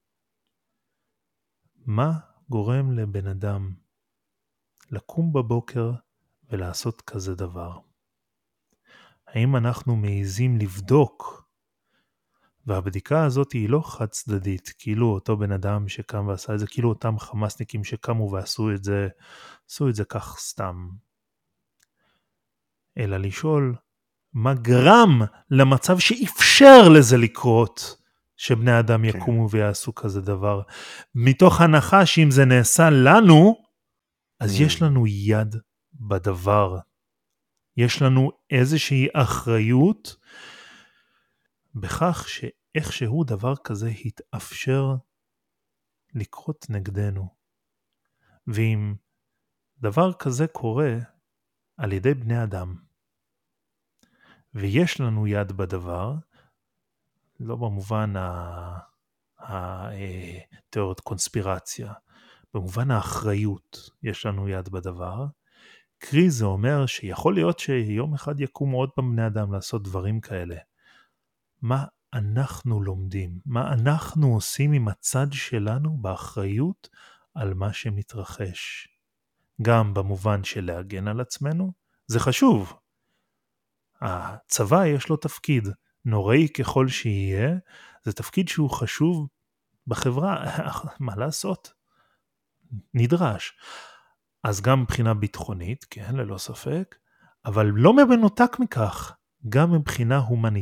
מה גורם לבן אדם לקום בבוקר ולעשות כזה דבר? האם אנחנו מעיזים לבדוק, והבדיקה הזאת היא לא חד צדדית, כאילו אותו בן אדם שקם ועשה את זה, כאילו אותם חמאסניקים שקמו ועשו את זה, עשו את זה כך סתם. אלא לשאול, מה גרם למצב שאפשר לזה לקרות, שבני אדם יקומו ויעשו כזה דבר? מתוך הנחה שאם זה נעשה לנו, אז יש לנו יד בדבר. יש לנו איזושהי אחריות, בכך שאיכשהו דבר כזה התאפשר לקרות נגדנו. ואם דבר כזה קורה על ידי בני אדם, ויש לנו יד בדבר, לא במובן התיאוריות קונספירציה, במובן האחריות יש לנו יד בדבר, קרי זה אומר שיכול להיות שיום אחד יקום עוד פעם בני אדם לעשות דברים כאלה. מה אנחנו לומדים? מה אנחנו עושים עם הצד שלנו באחריות על מה שמתרחש? גם במובן של להגן על עצמנו, זה חשוב. הצבא יש לו תפקיד, נוראי ככל שיהיה, זה תפקיד שהוא חשוב בחברה, מה לעשות? נדרש. אז גם מבחינה ביטחונית, כן, ללא ספק, אבל לא מנותק מכך, גם מבחינה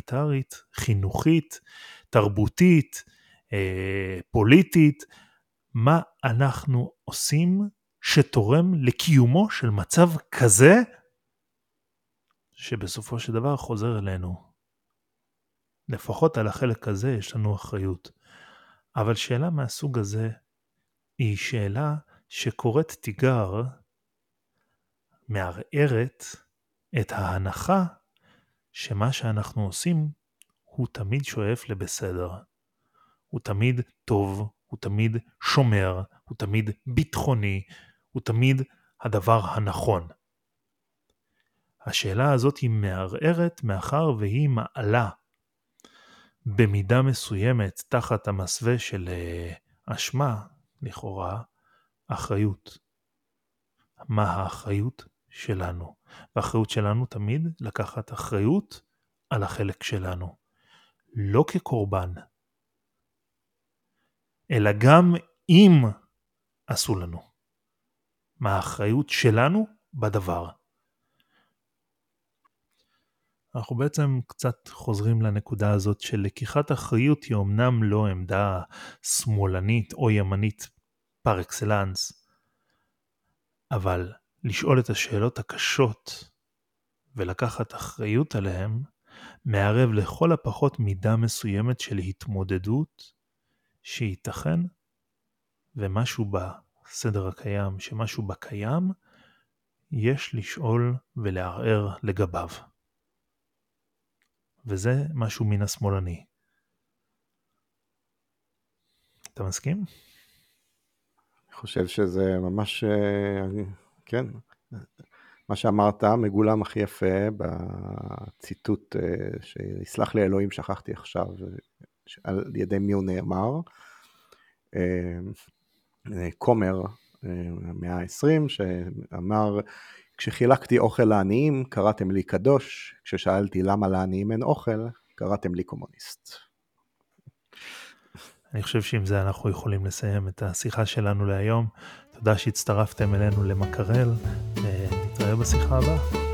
הומניטרית, חינוכית, תרבותית, פוליטית, מה אנחנו עושים שתורם לקיומו של מצב כזה, שבסופו של דבר חוזר אלינו. לפחות על החלק הזה יש לנו אחריות. אבל שאלה מהסוג הזה היא שאלה שקוראת תיגר, מערערת את ההנחה שמה שאנחנו עושים הוא תמיד שואף לבסדר. הוא תמיד טוב, הוא תמיד שומר, הוא תמיד ביטחוני, הוא תמיד הדבר הנכון. השאלה הזאת היא מערערת מאחר והיא מעלה במידה מסוימת תחת המסווה של אשמה, לכאורה, אחריות. מה האחריות שלנו? והאחריות שלנו תמיד לקחת אחריות על החלק שלנו. לא כקורבן, אלא גם אם עשו לנו. מה האחריות שלנו בדבר? אנחנו בעצם קצת חוזרים לנקודה הזאת של לקיחת אחריות היא אומנם לא עמדה שמאלנית או ימנית פר אקסלנס, אבל לשאול את השאלות הקשות ולקחת אחריות עליהן מערב לכל הפחות מידה מסוימת של התמודדות שייתכן ומשהו בסדר הקיים, שמשהו בקיים יש לשאול ולערער לגביו. וזה משהו מן השמאלני. אתה מסכים? אני חושב שזה ממש, כן, מה שאמרת מגולם הכי יפה בציטוט שיסלח לי אלוהים, שכחתי עכשיו על ידי מי הוא נאמר, קומר המאה ה-20 שאמר, כשחילקתי אוכל לעניים קראתם לי קדוש, כששאלתי למה לעניים אין אוכל קראתם לי קומוניסט. אני חושב שעם זה אנחנו יכולים לסיים את השיחה שלנו להיום. תודה שהצטרפתם אלינו למקרל, ונתראה בשיחה הבאה.